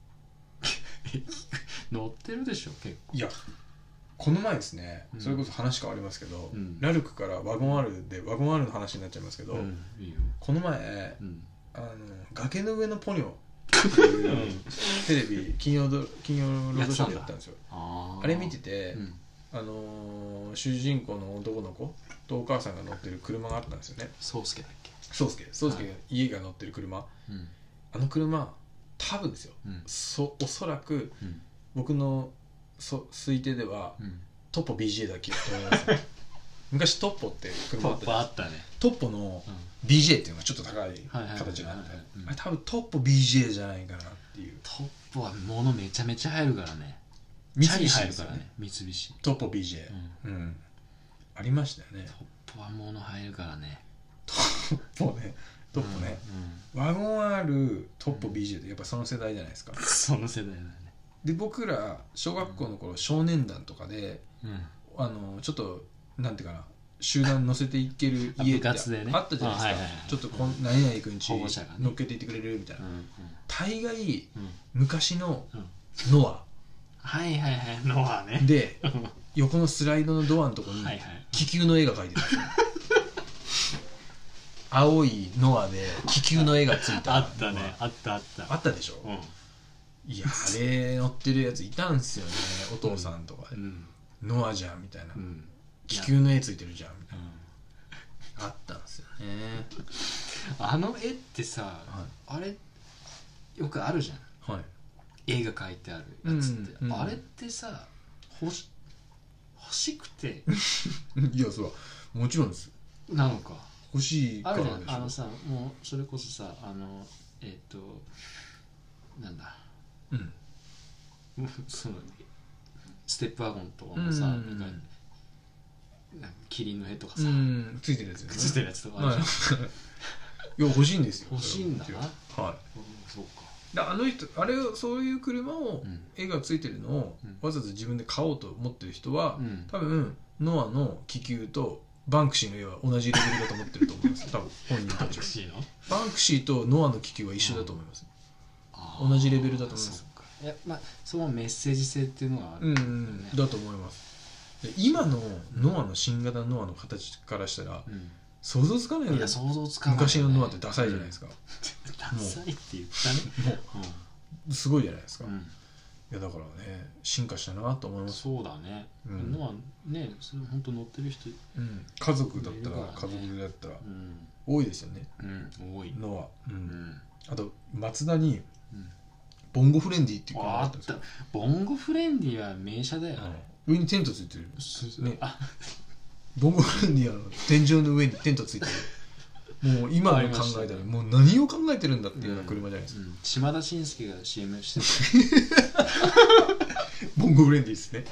乗ってるでしょ結構。 いやこの前ですね、それこそ話変わりますけど、ラルクからワゴン R でワゴン R の話になっちゃいますけど、 いいよ。 この前、崖の上のポニョっていうテレビ金曜ロードショーでやったんですよ。あれ見てて、主人公の男の子とお母さんが乗ってる車があったんですよね。 宗介だっけ。 宗介が家が乗ってる車、あの車多分ですよ、おそらく、僕の推定では、トッポ BJ だけと思います、ね、昔トッポって車あったね。 トッポの BJ っていうのがちょっと高い形があって、あれ多分トッポ BJ じゃないかなっていう。 トッポは物めちゃめちゃ入るからね。 三菱入るからね。三菱トッポ BJ、ありましたよね。 トッポは物入るからね。 トッポね、ワゴン R トッポ BJ ってやっぱその世代じゃないですか。 その世代だね。 で僕ら小学校の頃、少年団とかで、ちょっとなんていうかな、集団乗せていける家ってあったじゃないですか。ちょっと何々くんち乗っけていってくれるみたいな。大概昔のノアノアね。 で横のスライドのドアのとこに気球の絵が描いてるんですよ。青いノアで気球の絵がついた。 あったね。あったでしょ。いやあれ乗ってるやついたんすよね、お父さんとかで、ノアじゃんみたいな、気球の絵ついてるじゃんみたいな、あったんですよね。 あの絵ってさ、あれよくあるじゃん、絵が描いてあるやつって、あれってさ欲しくていやそうもちろんですなのか、 欲しいからでしょ。 あるじゃん、もうそれこそさなんだ、そのステップワゴンとかもさ、なんかキリンの絵とかさ、 ついてるやつ、 ついてるやつとかあるじゃん。 いや欲しいんですよ。 欲しいんだな。 そうか。あの人あれをそういう車を絵がついてるのをわざわざ自分で買おうと思ってる人は、多分ノアの気球とバンクシーの絵は同じレベルだと思ってると思います。多分本人たちは。バンクシーとノアの気球は一緒だと思います。同じレベルだと思います。 そのメッセージ性っていうのがある、 だと思います。今のノアの新型ノアの形からしたら、想像つかないよね。昔のノアってダサいじゃないですか。 ダサいって言ったね。 もうすごいじゃないですか。いやだからね、進化したなと思います。 そうだね。ノアね、それ本当乗ってる人、 家族だったら家族だったら多いですよね。 多い。 ノア。あと松田にボンゴフレンディっていう車があったんですよ。 ボンゴフレンディは名車だよ。 上にテントついてる。ボンゴフレンディは天井の上にテントついてる。もう今の考えたらもう何を考えてるんだっていうような車じゃないですか。 島田紳介が CM してた。 ボンゴフレンディですね。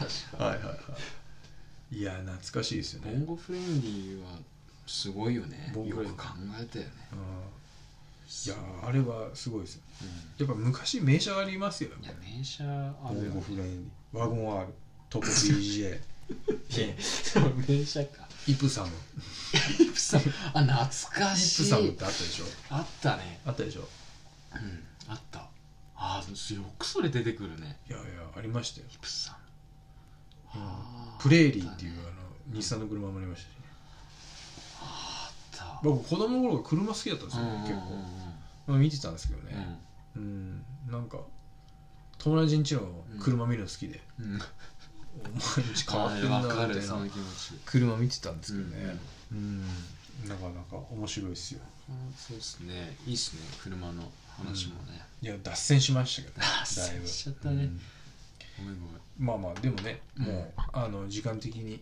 いや懐かしいですよね。 ボンゴフレンディはすごいよね。よく考えたよね。 いやあれはすごいですよ。やっぱ昔名車ありますよ。 いや名車あるよね。 ボンゴフレンディ、ワゴン R、トップ BJ、 名車か。 イプサム。 イプサム、懐かしい。 イプサムってあったでしょ。 あったね。 あったでしょ。 あった。よくそれ出てくるね。 いやありましたよ。 イプサム。 プレーリーっていう日産の車もありましたし。僕子供の頃から車好きだったんですよね。結構見てたんですけどね。なんか友達ん家の車見るの好きで、毎日変わってんなみたいな車見てたんですけどね。なかなか面白いですよ。 そうですね。いいっすね。車の話もね。 いや脱線しましたけどね。 脱線しちゃったね。 ごめんまあまあでもね、もう時間的に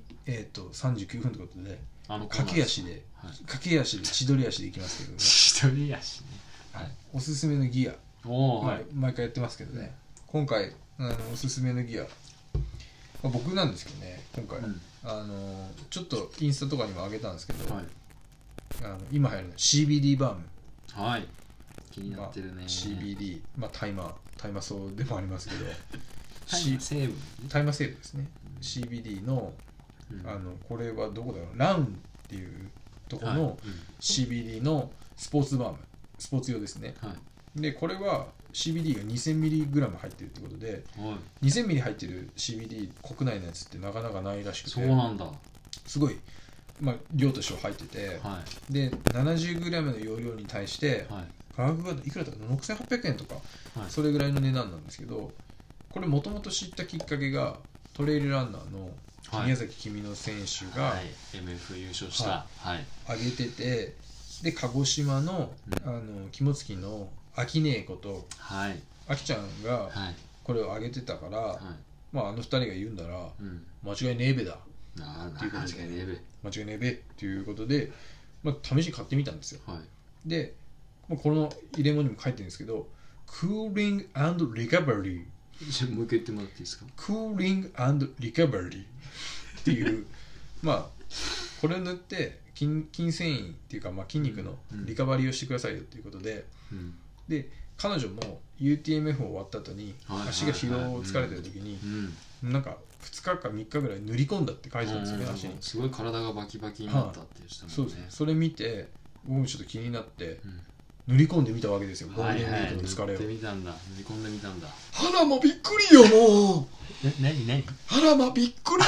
39分ということで駆け足で千鳥足でいきますけどね。 千鳥足ね。 はい。おすすめのギア、毎回やってますけどね、今回おすすめのギア、僕なんですけどね、今回ちょっとインスタとかにも上げたんですけど、今流行るの CBD バーム。 はい、気になってるね。 CBD、大麻草でもありますけど大麻成分ですね。CBD のこれはどこだろう、ラウンっていうところの CBD のスポーツバーム、スポーツ用ですね。でこれは CBD が 2000mg 入ってるってことで、2000mg 入ってる CBD 国内のやつってなかなかないらしくて、 そうなんだ。 すごい、量としては入ってて、で 70g の容量に対して価格がいくらだったか6800円とか、それぐらいの値段なんですけど、これもともと知ったきっかけがトレイルランナーの宮崎君乃選手が MF 優勝した上げてて、で鹿児島の肝付きの秋音子と秋ちゃんがこれを上げてたから、あの2人が言うんだら間違いねえべだっていうことで、間違いねえべっていうことで試しに買ってみたんですよ。でこの入れ物にも書いてるんですけど、クーリング&リカバリー、 もう一回言ってもらっていいですか。 クーリング&リカバリーっていうこれを塗って筋繊維っていうか筋肉のリカバリーをしてくださいよっていうことで、で彼女も UTMF 終わった後に足が疲労疲れてる時になんか2日か3日ぐらい塗り込んだって書いてたんですよね、足に。 すごい体がバキバキになったって言ってたもんね。 そうです。それ見て僕もちょっと気になって塗り込んでみたわけですよ、ゴールデンウィークの疲れを。 塗り込んでみたんだ。 腹もびっくりよ、もう。 何腹もびっくり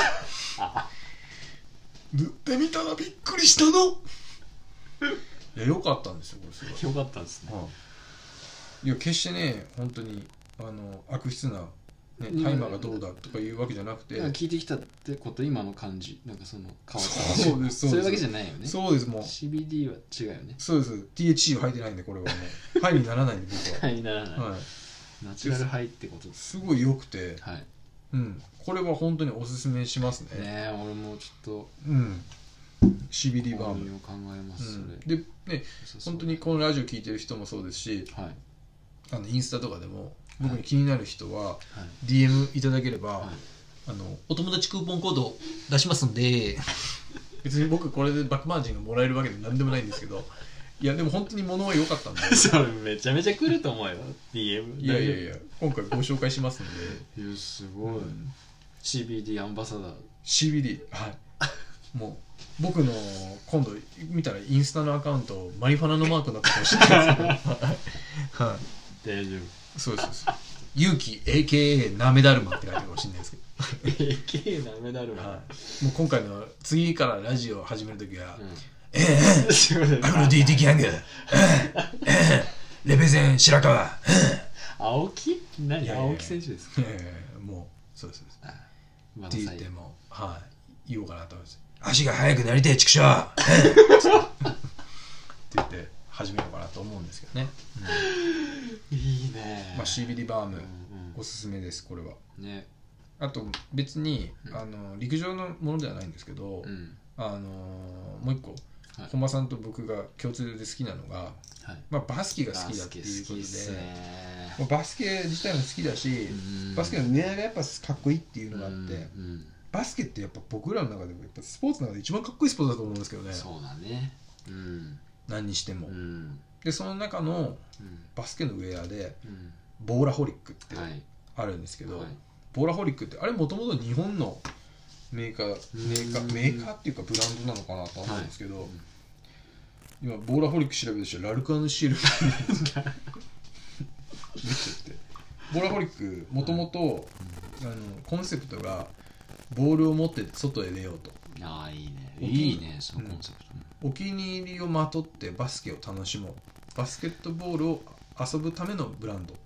塗ってみたらびっくりしたの。いや、よかったんですよ、これすごい。 よかったんですね。 いや、決してね、本当に悪質な大麻がどうだとかいうわけじゃなくて、 聞いてきたってこと、今の感じ、なんかその変わった。 そうです、 そういうわけじゃないよね。 そうです、もう CBD は違うよね。 そうです。 THC は入ってないんで、これはもうハイにならないんで、僕はハイにならない、ナチュラルハイってことです。 すごい良くて、これは本当におすすめしますね。 俺もちょっと CBD バームを考えます。 でね、本当にこのラジオ聞いてる人もそうですし、インスタとかでも僕に気になる人は DM いただければ、お友達クーポンコード出しますんで別に僕これでバックマージンがもらえるわけでも何でもないんですけど、いやでも本当に物は良かったんでそれめちゃめちゃ来ると思うよ DM。 いや今回ご紹介しますんで。 いやすごい、CBD アンバサダー CBD、 もう僕の今度見たらインスタのアカウントマリファナのマークになったかもしれないですけど大丈夫。 そうです。勇気 AKA なめだるまって書いてあるかもしれないですけど AKA なめだるま、 もう今回の次からラジオを始めるときは、アグロ D 的ハングレペゼン白川青木何青木選手ですか。 もうそうですって言っても言おうかなと思います。足が速くなりてえ畜生って言って始めようかなと思うんですけどね。 いいね。 CBD バームおすすめです、これはね。 あと別に陸上のものではないんですけど、もう一個本間さんと僕が共通で好きなのが、バスケが好きだっていうことで、バスケ自体も好きだし、バスケの狙いがやっぱかっこいいっていうのがあって、バスケってやっぱ僕らの中でもやっぱスポーツの中で一番かっこいいスポーツだと思うんですけどね。 そうだね。 何にしても。でその中のバスケのウェアでボーラホリックってあるんですけど、ボーラホリックってあれもともと日本のメーカーっていうかブランドなのかなと思うんですけど、今ボーラホリック調べるとラルク・アヌシエル出てて、ボーラホリックもともとコンセプトがボールを持って外へ出ようと。 いいね。いいね、そのコンセプト。 お気に入りをまとってバスケを楽しもう、バスケットボールを遊ぶためのブランド。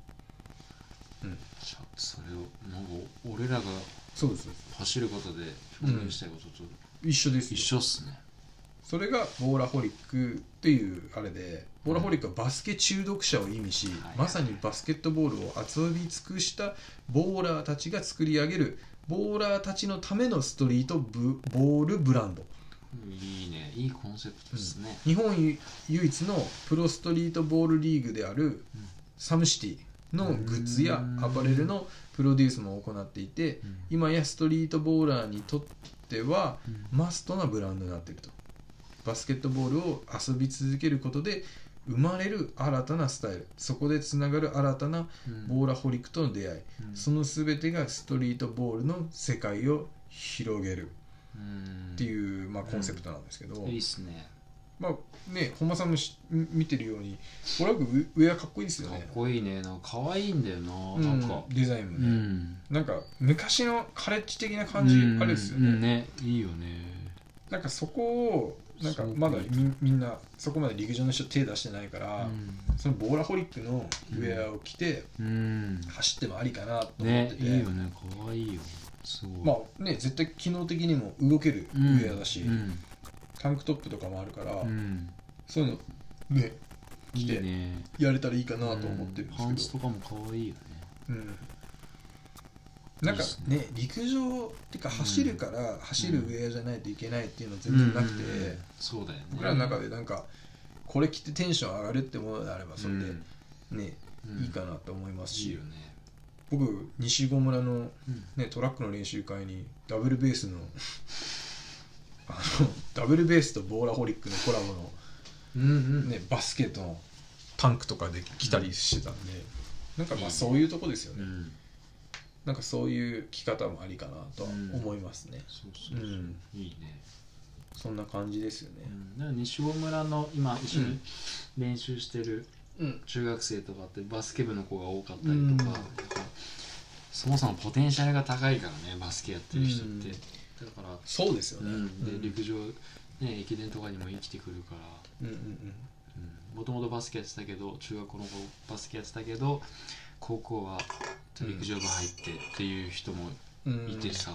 それをなんか俺らが走ることで表現したいことと一緒ですよ。 一緒っすね。 それがボーラホリックっていうあれで、ボーラホリックはバスケ中毒者を意味し、まさにバスケットボールを遊び尽くしたボーラーたちが作り上げるボーラーたちのためのストリートボールブランド。 いいね、いいコンセプトですね。 日本唯一のプロストリートボールリーグであるサムシティのグッズやアパレルのプロデュースも行っていて、今やストリートボーラーにとってはマストなブランドになっていると。バスケットボールを遊び続けることで生まれる新たなスタイル、そこでつながる新たなボーラホリックとの出会い、その全てがストリートボールの世界を広げるっていう、まあ、コンセプトなんですけど、 いいっすね。 まあね、本間さんも見てるようにこれはウェアかっこいいですよね。 かっこいいね。なんか可愛いんだよな、なんかデザインもね、なんか昔のカレッジ的な感じあれですよね。 ね、いいよね。 なんかそこをなんかまだみんなそこまで陸上の人手出してないから、そのボーラホリックのウェアを着て走ってもありかなと思ってて、 ね、いいよね、可愛いよ。すごい。 まあね、絶対機能的にも動けるウェアだし、タンクトップとかもあるから、そういうのね着てやれたらいいかなと思ってるんですけど、 パンツとかも可愛いよね。 なんかね、陸上っていうか走るから走るウェアじゃないといけないっていうのは全然なくて、 そうだよね。 僕らの中でなんかこれ着てテンション上がるってものであればそれでね、いいかなと思いますし、 いいよね。 僕西郷村のねトラックの練習会にダブルベースのダブルベースとボーラホリックのコラボのねバスケットのタンクとかで着たりしてたんで、なんかまあそういうとこですよね。なんかそういう着方もありかなとは思いますね。 いいね。 そんな感じですよね。 だから西郷村の今一緒に練習してる中学生とかってバスケ部の子が多かったりとか、そもそもポテンシャルが高いからね、バスケやってる人って。だからそうですよね。 で陸上ね、駅伝とかにも生きてくるから、もともとバスケやってたけど、中学校の子バスケやってたけど高校は陸上部入ってっていう人もいてさ、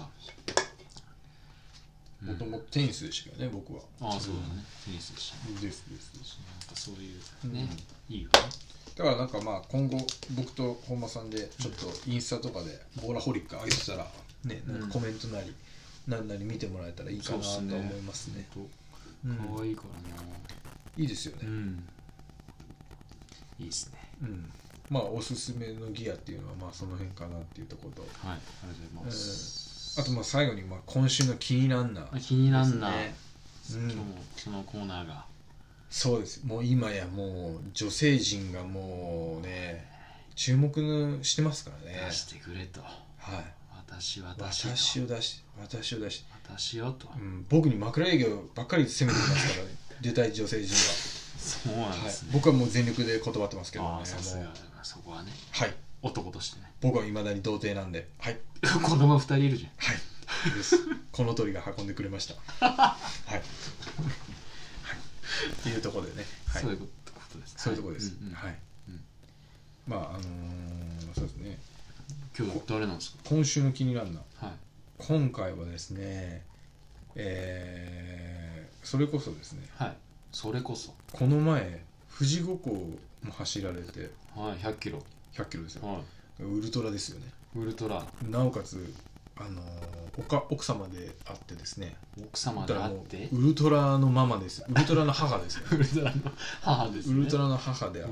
もともとテニスでしたけどね、僕は。 ああ、そうだね、テニスでしたね。 です。 なんかそういうね、いいよね。 だからなんかまあ今後僕と本間さんでちょっとインスタとかでボーラホリック上げてたらね、なんかコメントなり何なり見てもらえたらいいかなと思いますね。 可愛いからな。 いいですよね。 いいですね。 まあおすすめのギアっていうのはまあその辺かなっていうところと、 はい、ありがとうございます。 あとまあ最後にまあ今週の気になんな気になんな、今日もそのコーナーがそうです。もう今やもう女性陣がもうね注目してますからね。 出してくれと。 はい。 私を出し私をと、 僕に枕営業ばっかり攻めてきますから、ね、出たい女性陣は。 そうなんですね。 僕はもう全力で断ってますけどね。 さすがそこはね。 はい。 男としてね。 僕は未だに童貞なんで。はい。 子供2人いるじゃん。 はい。です。この鳥が運んでくれました。はい。っていうところでね。 そういうことです。 そういうところです。はい。まあそうですね。 今日誰なんですか？ 今週の気になるな。 はい。 今回はですね、それこそですね。 はい。それこそ。 この前富士五湖も走られて。 はい。100キロ。 100キロですよ。 はい。 ウルトラですよね。 ウルトラ。 なおかつ奥様であってですね。 奥様であって。 ウルトラのママです。ウルトラの母ですね。 ウルトラの母ですね。 ウルトラの母であって、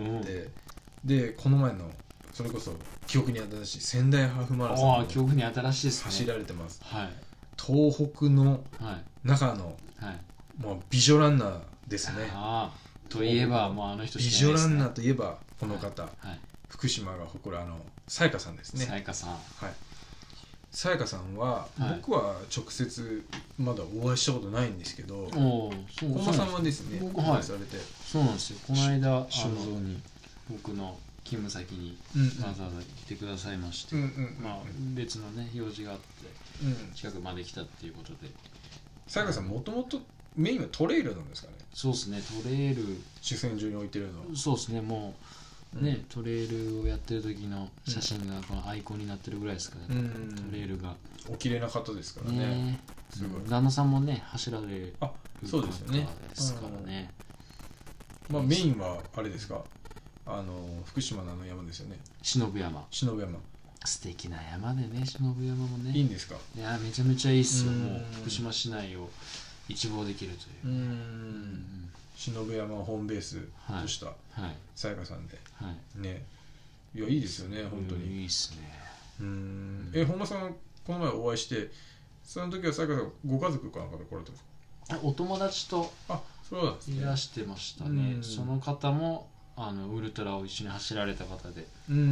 でこの前のそれこそ記憶に新しい仙台ハーフマラソン記憶に新しいですね。 走られてます。 はい。 東北の中のもう美女ランナーですね。 といえばもうあの人美女ランナーといえばこの方、福島が誇るさやかさんですね。 さやかさん。はい。 さやかさんは、僕は直接まだお会いしたことないんですけど、本間さんはですね、 僕されて、そうなんですよ。この間僕の勤務先にわざわざ来てくださいまして、別のね用事があって近くまで来たっていうことで。 さやかさんもともとメインはトレイルなんですかね？ そうですね、トレイル主戦場に置いてるのは。 そうですね、もうね、トレイルをやってる時の写真がこのアイコンになってるぐらいですからね。トレイルがお綺麗な方ですからね。 すごい。旦那さんもね走られそうですよねですからね。 まあメインはあれですか、福島の山ですよね。 忍山。 忍山素敵な山でね、忍山もね。 いいんですか。 いやめちゃめちゃいいっすよ。もう福島市内を一望できるという。 忍山をホームベースとしたさやかさんで、ね、いやいいですよね本当に。 いいっすね。 本間さんこの前お会いして、その時はさやかさんご家族かなんかで来られたんですか。 お友達といらしてましたね。その方もウルトラを一緒に走られた方で。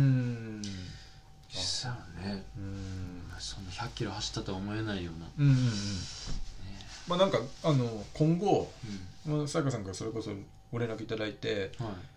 実はね、そんな100キロ走ったとは思えないような。 まあなんか今後、さやかさんからそれこそご連絡いただいて、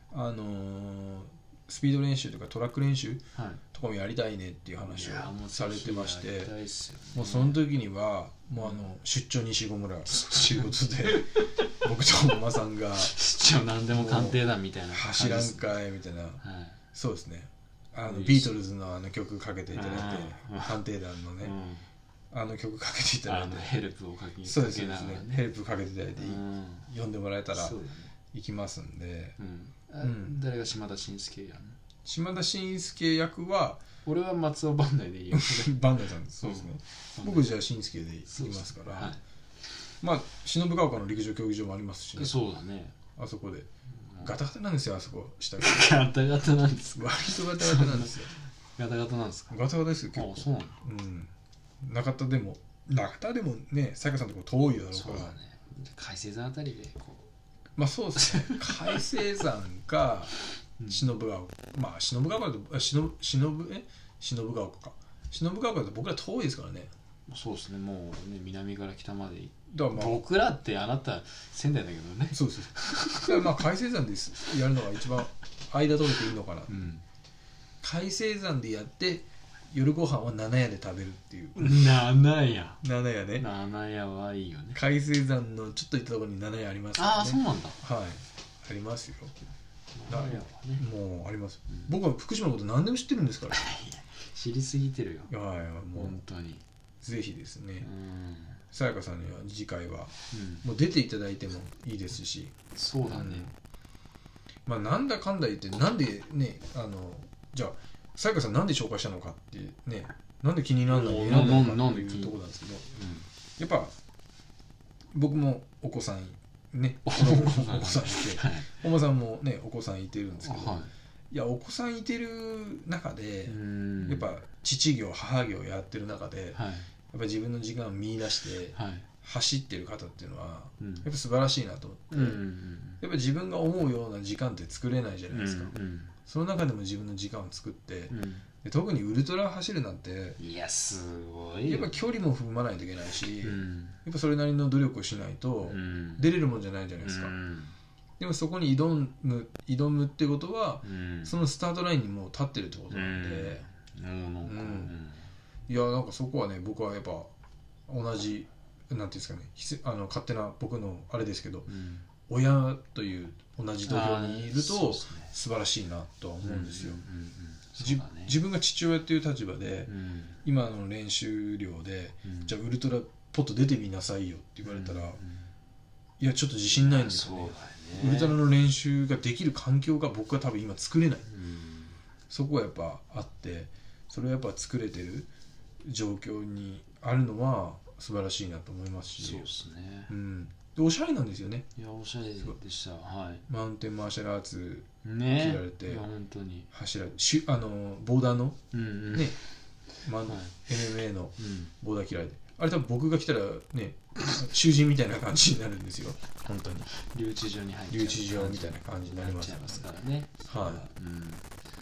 スピード練習とかトラック練習とかもやりたいねっていう話をされてまして、もうその時にはもう出張西郷村ということで僕と本間さんが出張何でも鑑定団みたいな走らんかいみたいな、そうですね、ビートルズの曲かけていただいて、鑑定団のね曲かけていただいて、 ヘルプをかけていただいて、 そうですね、ヘルプかけていただいて呼んでもらえたら行きますんで。誰が島田紳介やんの。 島田紳介役は俺は松尾バンダイでいいよ。 バンダイさんです。そうですね。僕じゃあ紳介で行きますから、まあ忍ヶ丘の陸上競技場もありますしね。 そうだね。 あそこでガタガタなんですよ、あそこ下が。 ガタガタなんですか。 割とガタガタなんですよ。 ガタガタなんですか。 ガタガタですよ結構。 そうなの。 中田でもね、さやかさんとこ遠いだろうから。 そうだね。海星山あたりでこう。 まあそうですね。海星山か忍ヶ丘、まあ忍ヶ丘と忍ヶ丘か。忍ヶ丘と僕ら遠いですからね。 そうですね。もうね、南から北まで。 だから僕らってあなた仙台だけどね。 そうです。だからまあ海星山でやるのが一番間取れていいのかな。海星山でやって夜ご飯は七屋で食べるっていう。 七屋ね。七屋はいいよね。 海星山のちょっと行ったところに七屋ありますからね。 そうなんだ。 はい、ありますよ。 七屋はね、 もうあります。僕は福島のこと何でも知ってるんですから。 知りすぎてるよ。 はい、もう本当に。 ぜひですね。さやかさんには次回はもう出ていただいてもいいですし。 そうだね。 まあなんだかんだ言ってなんでね、じゃあさやかさんなんで紹介したのかってね、なんで気にならないのかっていうところなんですけど、やっぱ僕もお子さんね、お子さんいて、本間さんもねお子さんいてるんですけど、いやお子さんいてる中でやっぱ父業母業やってる中で、やっぱ自分の時間を見出して走ってる方っていうのはやっぱ素晴らしいなと思って、やっぱ自分が思うような時間って作れないじゃないですか。その中でも自分の時間を作って、で特にウルトラ走るなんて、 いやすごいやっぱ距離も踏まないといけないし、やっぱそれなりの努力をしないと出れるもんじゃないじゃないですか。でもそこに挑むってことは、そのスタートラインにもう立ってるってことなんで、いやなんかそこはね、僕はやっぱ同じなんていうんですかね、勝手な僕のあれですけど、親という同じ土俵にいると素晴らしいなとは思うんですよ。自分が父親っていう立場で、今の練習量で、じゃあウルトラポッと出てみなさいよって言われたら、いやちょっと自信ないんですよね。ウルトラの練習ができる環境が僕は多分今作れない。そこはやっぱあって、それをやっぱ作れてる状況にあるのは素晴らしいなと思いますし、 そうですね。 でおしゃれなんですよね。 いやおしゃれでした。はい。 マウンテンマーシャルアーツ着られて、 本当に走られて、ボーダーのね、MMA のボーダー着られて、あれ多分僕が来たらね、囚人みたいな感じになるんですよ。本当に。 留置場に入っ留置場みたいな感じになりますからね。 はい。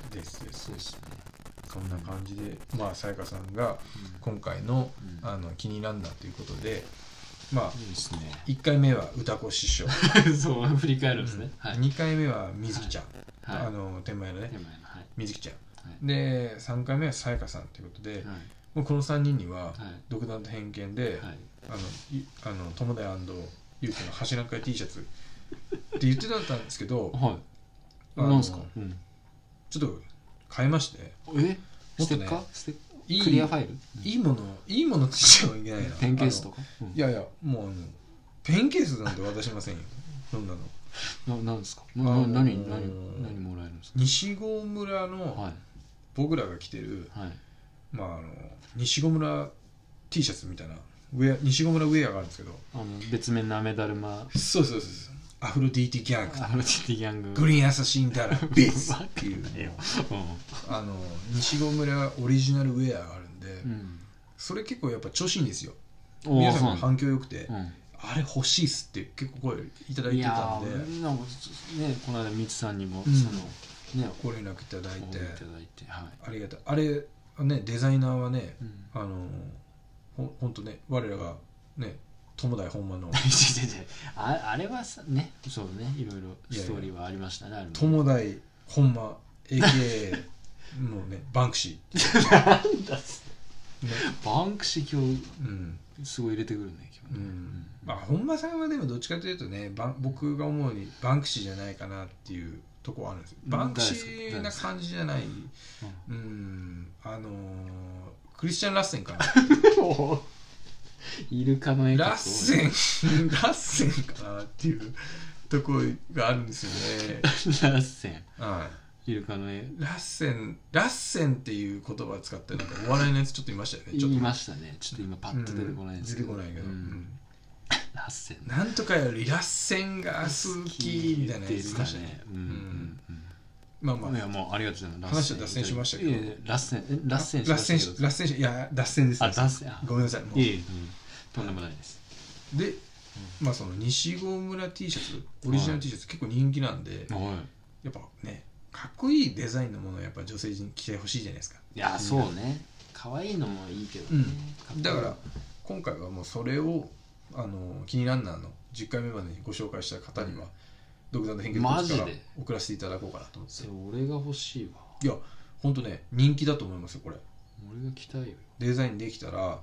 です。 そうですね。 そんな感じで、まあさやかさんが今回の気になんだということで、まあ1回目は歌子師匠、 そう振り返るんですね。 2回目は水木ちゃん、天満屋のね水木ちゃんで、3回目はさやかさんということで、もうこの3人には独断と偏見で友田&ゆうきの走らんかい T シャツって言ってたんですけど、 なんですか。 ちょっと変えまして、 ステッカークリアファイル、 いいものって言っちゃいけないな。 ペンケースとか。 いやいや、もうペンケースなんて渡しませんよそんなの。 なんですか。何もらえるんですか。 西郷村の僕らが着てる、まあ西郷村 T シャツみたいな西郷村ウェアがあるんですけど、 別名なめだるま。 そうアフロディーティギャンググリーンアサシンダラビスっていう西郷村オリジナルウェアがあるんで、それ結構やっぱ調子いいんですよ。皆さんも反響良くて、あれ欲しいっすって結構声いただいてたんで、 なんかね、この間みつさんにもご連絡いただいて、ありがたい。あれね、デザイナーはね、ほんとね、我らがね、友大本間のあれはさね、そうね、いろいろストーリーはありましたね。 友大本間 AKA のね、バンクシーなんだバンクシー今日すごい入れてくるね今日。 まあ本間さんはでもどっちかというとね、僕が思うにバンクシーじゃないかなっていうとこあるんですよ。バンクシーな感じじゃない。クリスチャン・ラッセンかなイルカの絵ラッセンかなっていうところがあるんですよね。 ラッセン、イルカの絵。 ラッセンっていう言葉を使ってなんかお笑いのやつちょっといましたよね。 言いましたね。ちょっと今パッと出てこないですけど、 出てこないけど、 ラッセンなんとかよりラッセンが好きみたいなやついましたね。まあいやもうありがとうございます。 話は脱線しましたけど、 ラッセンしましたけど、 いや脱線です。ごめんなさい。 とんでもないです。 で、まあその西郷村 T シャツ、オリジナル T シャツ結構人気なんで、やっぱね、かっこいいデザインのものをやっぱ女性に着てほしいじゃないですか。 いやそうね、可愛いのもいいけどね。 だから今回はもうそれをキニランナーの10回目までにご紹介した方には独断と偏見から送らせていただこうかなと思って。 それ俺が欲しいわ。 いやほんとね、人気だと思いますよこれ。 俺が着たいよ。 デザインできたら、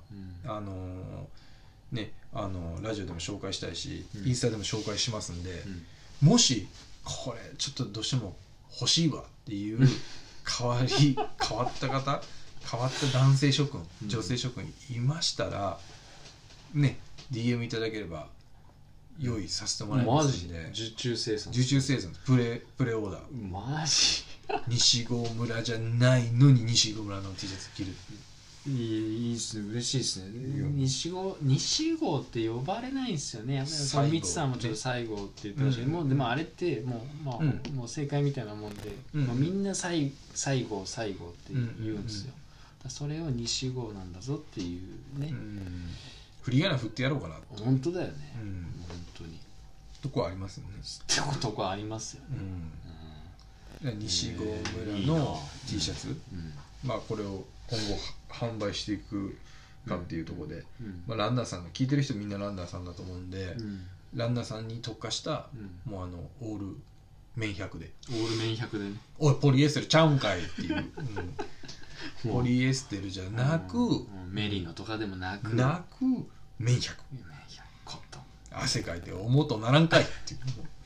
ね、ラジオでも紹介したいし、インスタでも紹介しますんで、もしこれちょっとどうしても欲しいわっていう変わった方、変わった男性諸君、女性諸君いましたらね、DM いただければ用意させてもらいますんで。 受注生産プレオーダー。 マジ西郷村じゃないのに西郷村の T シャツ着る。 いいっすね、嬉しいですね。西郷って呼ばれないんですよね。みつさんもちょっと西郷って言ってましたけど、でもあれってもう正解みたいなもんで、みんな西郷って言うんですよ。それを西郷なんだぞっていうね。 振り仮名振ってやろうかな。 本当だよね。本当に。 とこありますよね。 とこありますよね。 西郷村の T シャツ、まあこれを今後販売していくかっていうところで、ランナーさんが聞いてる人みんなランナーさんだと思うんで、ランナーさんに特化した、もうオール綿100で、 ね、 おいポリエステルちゃうんかいっていう、ポリエステルじゃなく、 メリノとかでもなく綿100、 コットン、 汗かいて思うとならんかいっていう。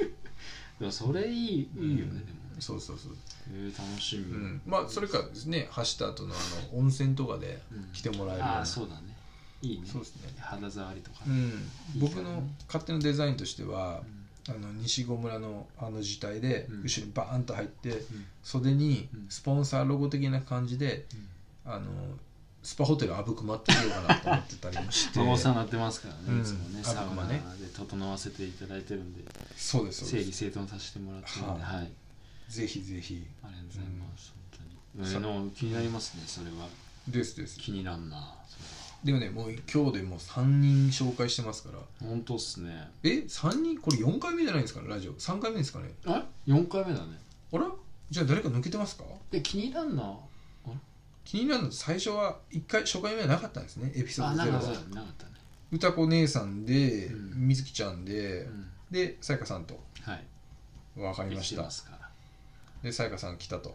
でもそれいいよね。でもそう楽しみ。 まあそれからですね、走った後の温泉とかで来てもらえるような。 そうだね、いいね。 そうですね、 肌触りとか。 僕の勝手なデザインとしては、西郷村の字体で後ろにバーンと入って、袖にスポンサーロゴ的な感じで、スパホテルあぶくまってみようかなと思ってたりもして。 お世話になってますからね、いつもね、サウナで整わせていただいてるんで。 そうです、 整理整頓させてもらってるんで、はい。 ぜひぜひ。 ありがとうございます。本当に。気になりますね、それは。 です。 気になんな。 でもね、もう今日でもう3人紹介してますから。 本当っすね。 3人これ4回目じゃないですかね、ラジオ。3回目ですかね。 4回目だね。 あら、じゃあ誰か抜けてますか？ 気になんな。 気になるの最初は1回初回目はなかったんですね、エピソード0は。 なかったね。 歌子姉さんで、みずきちゃんで、でさやかさんと。わかりました。でさやかさん来たと。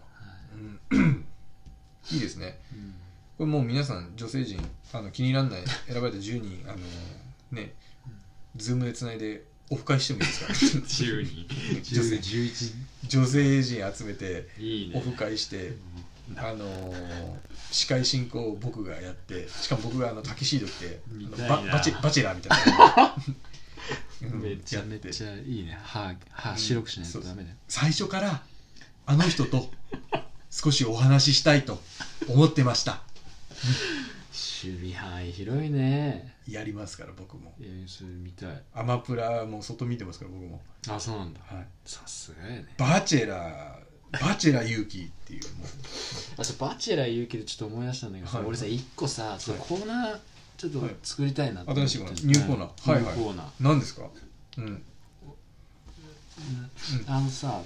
いいですね。これもう皆さん女性陣気にならない選ばれた10人ね、ズームでつないでオフ会してもいいですか 10人11 女性陣集めていい、 オフ会して司会進行を僕がやって、しかも僕がタキシード着てバチェラーみたいなめちゃめちゃいいね。歯白くしないとダメだよ。 最初からあの人と少しお話ししたいと思ってました。 守備範囲広いね。 やりますから僕も。 それ見たい。 アマプラも外見てますから僕も。 あ、そうなんだ。 はい。 さすがやね。 バチェラー勇気っていうもう。 バチェラー勇気でちょっと思い出したんだけどさ、俺さ1個さ、コーナーちょっと作りたいなって。 新しいコーナー、ニューコーナー。はいはい。 ニューコーナー。 何ですか？うん。 さ、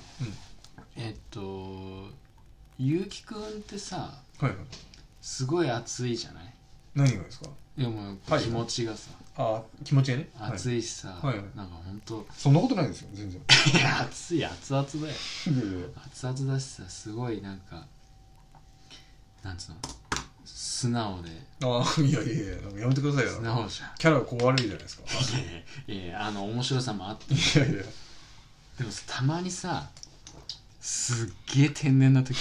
ゆうきくんってさ、 はいはい、 すごい熱いじゃない？ 何がですか？ いやもう気持ちがさ、 あ、気持ちがね、 熱いしさ、 はいはい、 なんかほんとそんなことないですよ全然。 いや熱い、熱々だよ。熱々だしさ、すごいなんかなんつうの、素直で。 いややめてくださいよ。 素直じゃん。 キャラがこう悪いじゃないですか。 いや面白さもあって。 いやでもたまにさ、すっげえ天然な時ある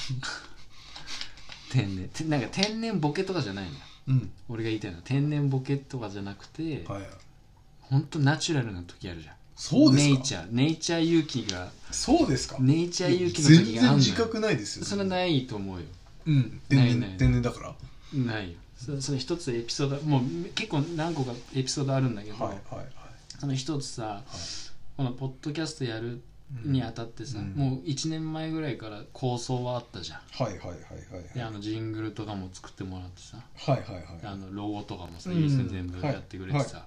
じゃん。天然なんか天然ボケとかじゃないのよ、うん、俺が言いたいのは天然ボケとかじゃなくて、はい、ほんとナチュラルな時あるじゃん。 そうですか？ネイチャー勇気が。 そうですか？ ネイチャー勇気の時があるのよ。 全然自覚ないですよ。 それはないと思うよ。 うん、天然だからないよ。その一つエピソード、もう結構何個かエピソードあるんだけど、はいはいはい、その一つさ、はい、このポッドキャストやるにあたってさ、もう1年前ぐらいから構想はあったじゃん。はいはいはいはい。でジングルとかも作ってもらってさ、はいはいはい。ロゴとかもさ、ゆうきくん全部やってくれてさ、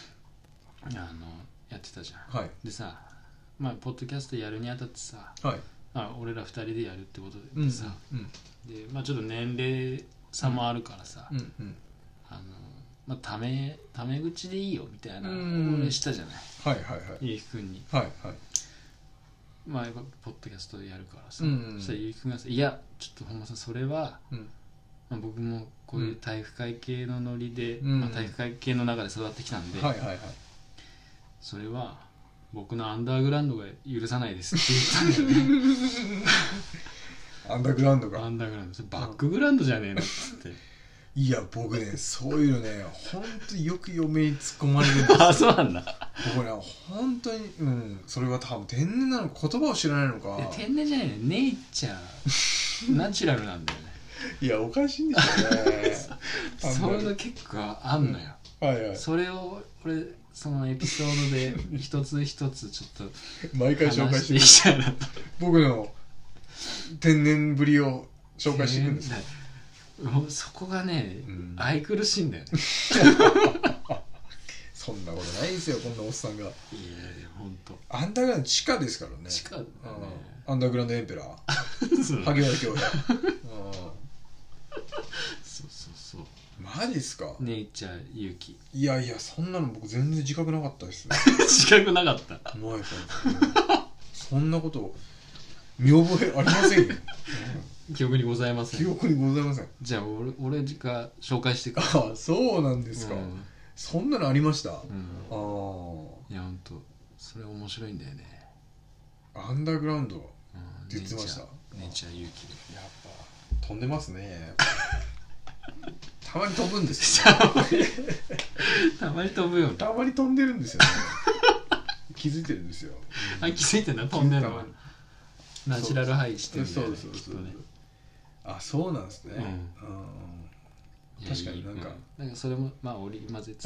やってたじゃん。はい、でさ、まあポッドキャストやるにあたってさ、はい、俺ら2人でやるってことでさ、でまあちょっと年齢差もあるからさ、まあタメ口でいいよみたいな俺したじゃない。はいはいはい。ゆうきくんに。はいはい。まあやっぱポッドキャストでやるからさ、そしたらゆうきくんがさ、いやちょっと本間さんそれは、まあ、僕もこういう体育会系のノリで、まあ、体育会系の中で育ってきたんで、はいはいはい、それは僕のアンダーグラウンドが許さないですって言ったんだよね。 アンダーグラウンドがアンダーグラウンド、それバックグラウンドじゃねえのっつって。 いや僕ね、そういうのね本当によく嫁に突っ込まれるんですよ。 あ、そうなんだ。 僕ね本当に、それは多分天然なのか言葉を知らないのか。 天然じゃないね、ネイチャーナチュラルなんだよね。 いやおかしいんですよね。 そういうの結構あんのよ、はいはい、それを俺そのエピソードで一つ一つちょっと毎回紹介していきたいなと。僕の天然ぶりを紹介していくんですよ。 そこがね、愛くるしいんだよね。 そんなことないですよ、こんなおっさんが。いやほんとアンダーグラウンド地下ですからね。 地下だね。 アンダーグラウンドエンペラー萩原兄弟。 そうそうそう。 マジっすか？ ネイチャー勇気。 いやいや、そんなの僕全然自覚なかったですね。 自覚なかった。 ないですね。そんなこと見覚えありませんよ。 記憶にございません。 記憶にございません。 じゃあ俺が紹介してくる。 あ、そうなんですか。そんなのありました。ああ。いやほんとそれ面白いんだよね。 アンダーグラウンドって言ってました。 ネイチャー勇気で。 やっぱ飛んでますね。たまに飛ぶんですよ、ね。 たまに飛ぶよ、ね。 たまに飛んでるんですよね。気づいてるんですよ。 あ、気づいてんだ、飛んでるの。ナチュラルハイしてるんだよね。 そうそうそう。あ、そうなんですね。確かになんかそれもまあ織り交ぜつつ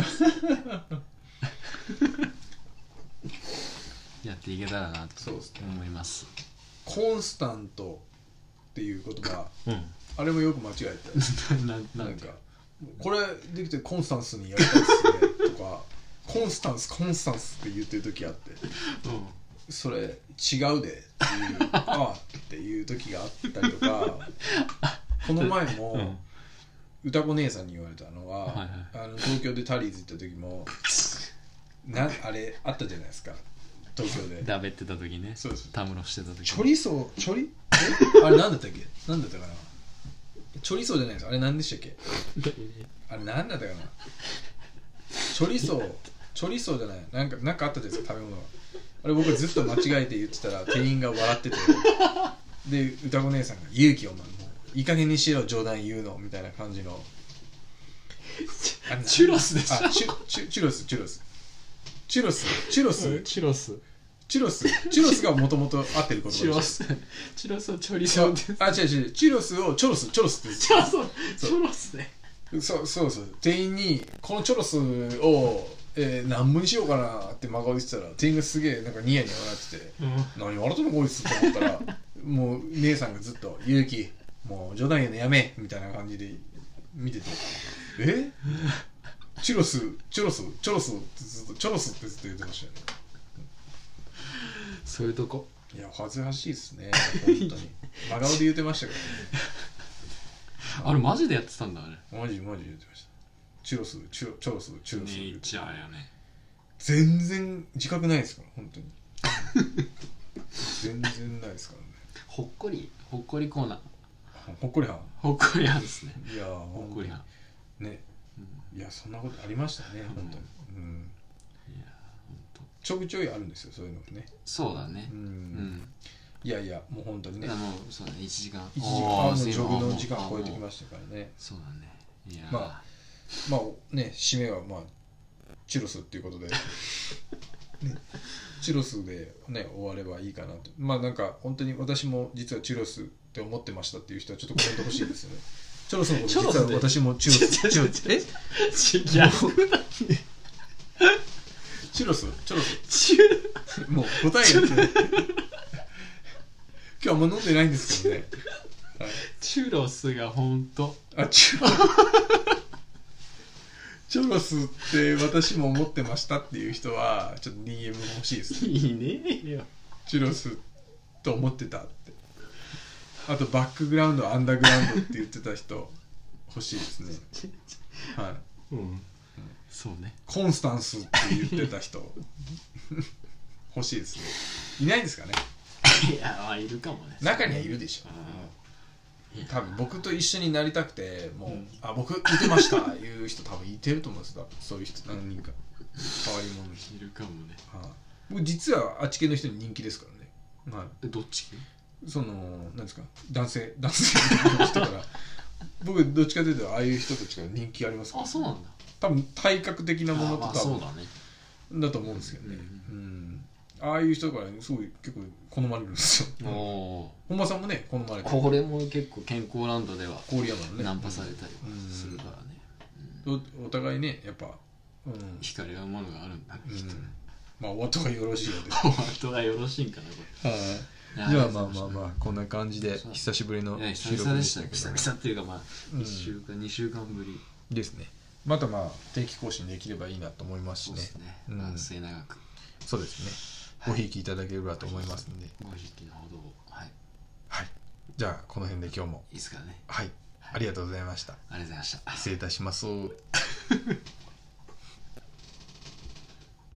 やっていけたらなと思います。 コンスタントっていう言葉、あれもよく間違えてなんかこれできてコンスタンスにやりたいっすねとかコンスタンスって言ってる時あって、それ違うでっていうっていう時があったりとか、この前も歌子姉さんに言われたのは、東京でタリーズ行った時もあれあったじゃないですか、東京でダベってた時ね。そうです。たむろしてた時。 チョリソーあれなんだったっけ？なんだったかな。チョリソーじゃないです。あれなんでしたっけ？あれなんだったかな。チョリソーじゃない。なんかあったじゃないですか、食べ物が。あれ僕ずっと間違えて言ってたら店員が笑ってて、で歌子姉さんが勇気をもういい加減にしろ冗談言うのみたいな感じの。 チュロスでしょ。 チュロス。 チュロスチュロスがもともと合ってる言葉でしょ。 チュロスをチョリソンです。 あ、違うチュロスをチョロスってチョロスね。 そう店員にこのチョロスを、何分にしようかなって真顔で言ってたら、店員がすげえなんかニヤニヤ笑ってて、何笑ってんのこいつって思ったらもう姉さんがずっと勇気もう冗談言うのやめみたいな感じで見てて、チュロスってずっと言ってましたよね。 そういうとこ。 いや恥ずかしいですね本当に真顔で言ってましたからね。 あれマジでやってたんだあれ。 マジで言ってました。チュロスねえ言っちゃうよね。 全然自覚ないですから本当に全然ないですからね。 ほっこりコーナー。 ほっこりはんですね。 いやほっこりはんね、いやそんなことありましたね本当に。 いや本当ちょくちょいあるんですよそういうのね。 そうだね。 いやもう本当にね。 もうそうだね1時間のジョグの時間超えてきましたからね。 そうだね。いやまあね締めはチュロスっていうことで、ね、チュロスでね終わればいいかなと。なんか本当に私も実はチュロスって思ってましたっていう人はちょっとコメント欲しいですよね。チュロスのこと実は私もチュロス違うチュロスもう答えやって今日はあんま飲んでないんですけどね。 チュロスが本当チュロスって私も思ってましたっていう人はちょっと DM 欲しいですね。 いいねよ。 チュロスと思ってたって。あとバックグラウンドアンダーグラウンドって言ってた人欲しいですね。はい。 そうね。 コンスタンスって言ってた人欲しいですね。いないですかね。 いやいるかもね。 中にはいるでしょ。多分僕と一緒になりたくて僕いてましたいう人多分いてると思うんですよ。そういう人何人か変わり者の人いるかもね。 僕実はあっち系の人に人気ですからね。 どっち系？ なんですか男性の人から僕どっちかというとああいう人たちから人気ありますから、ね。 そうなんだ。 多分体格的なものと多分そうだね。 だと思うんですけどね。ああいう人からすごい結構好まれるんですよ。本間さんもね好まれてる。 これも結構健康ランドでは郡山のねナンパされたりするからね。 お互いねやっぱ惹かれ合うものがあるんだねきっとね。 お後がよろしいようで。 お後がよろしいんかなこれ。 じゃあこんな感じで久しぶりの収録でしたね。久々っていうか1週間2週間ぶりですね。 また定期更新できればいいなと思いますしね。 そうですね。末永く。 そうですね。ごひいきいただければと思いますので。 ごひいきのほどをはい。 じゃあこの辺で今日もいいですかね。 はい。ありがとうございました。 ありがとうございました。 失礼いたします。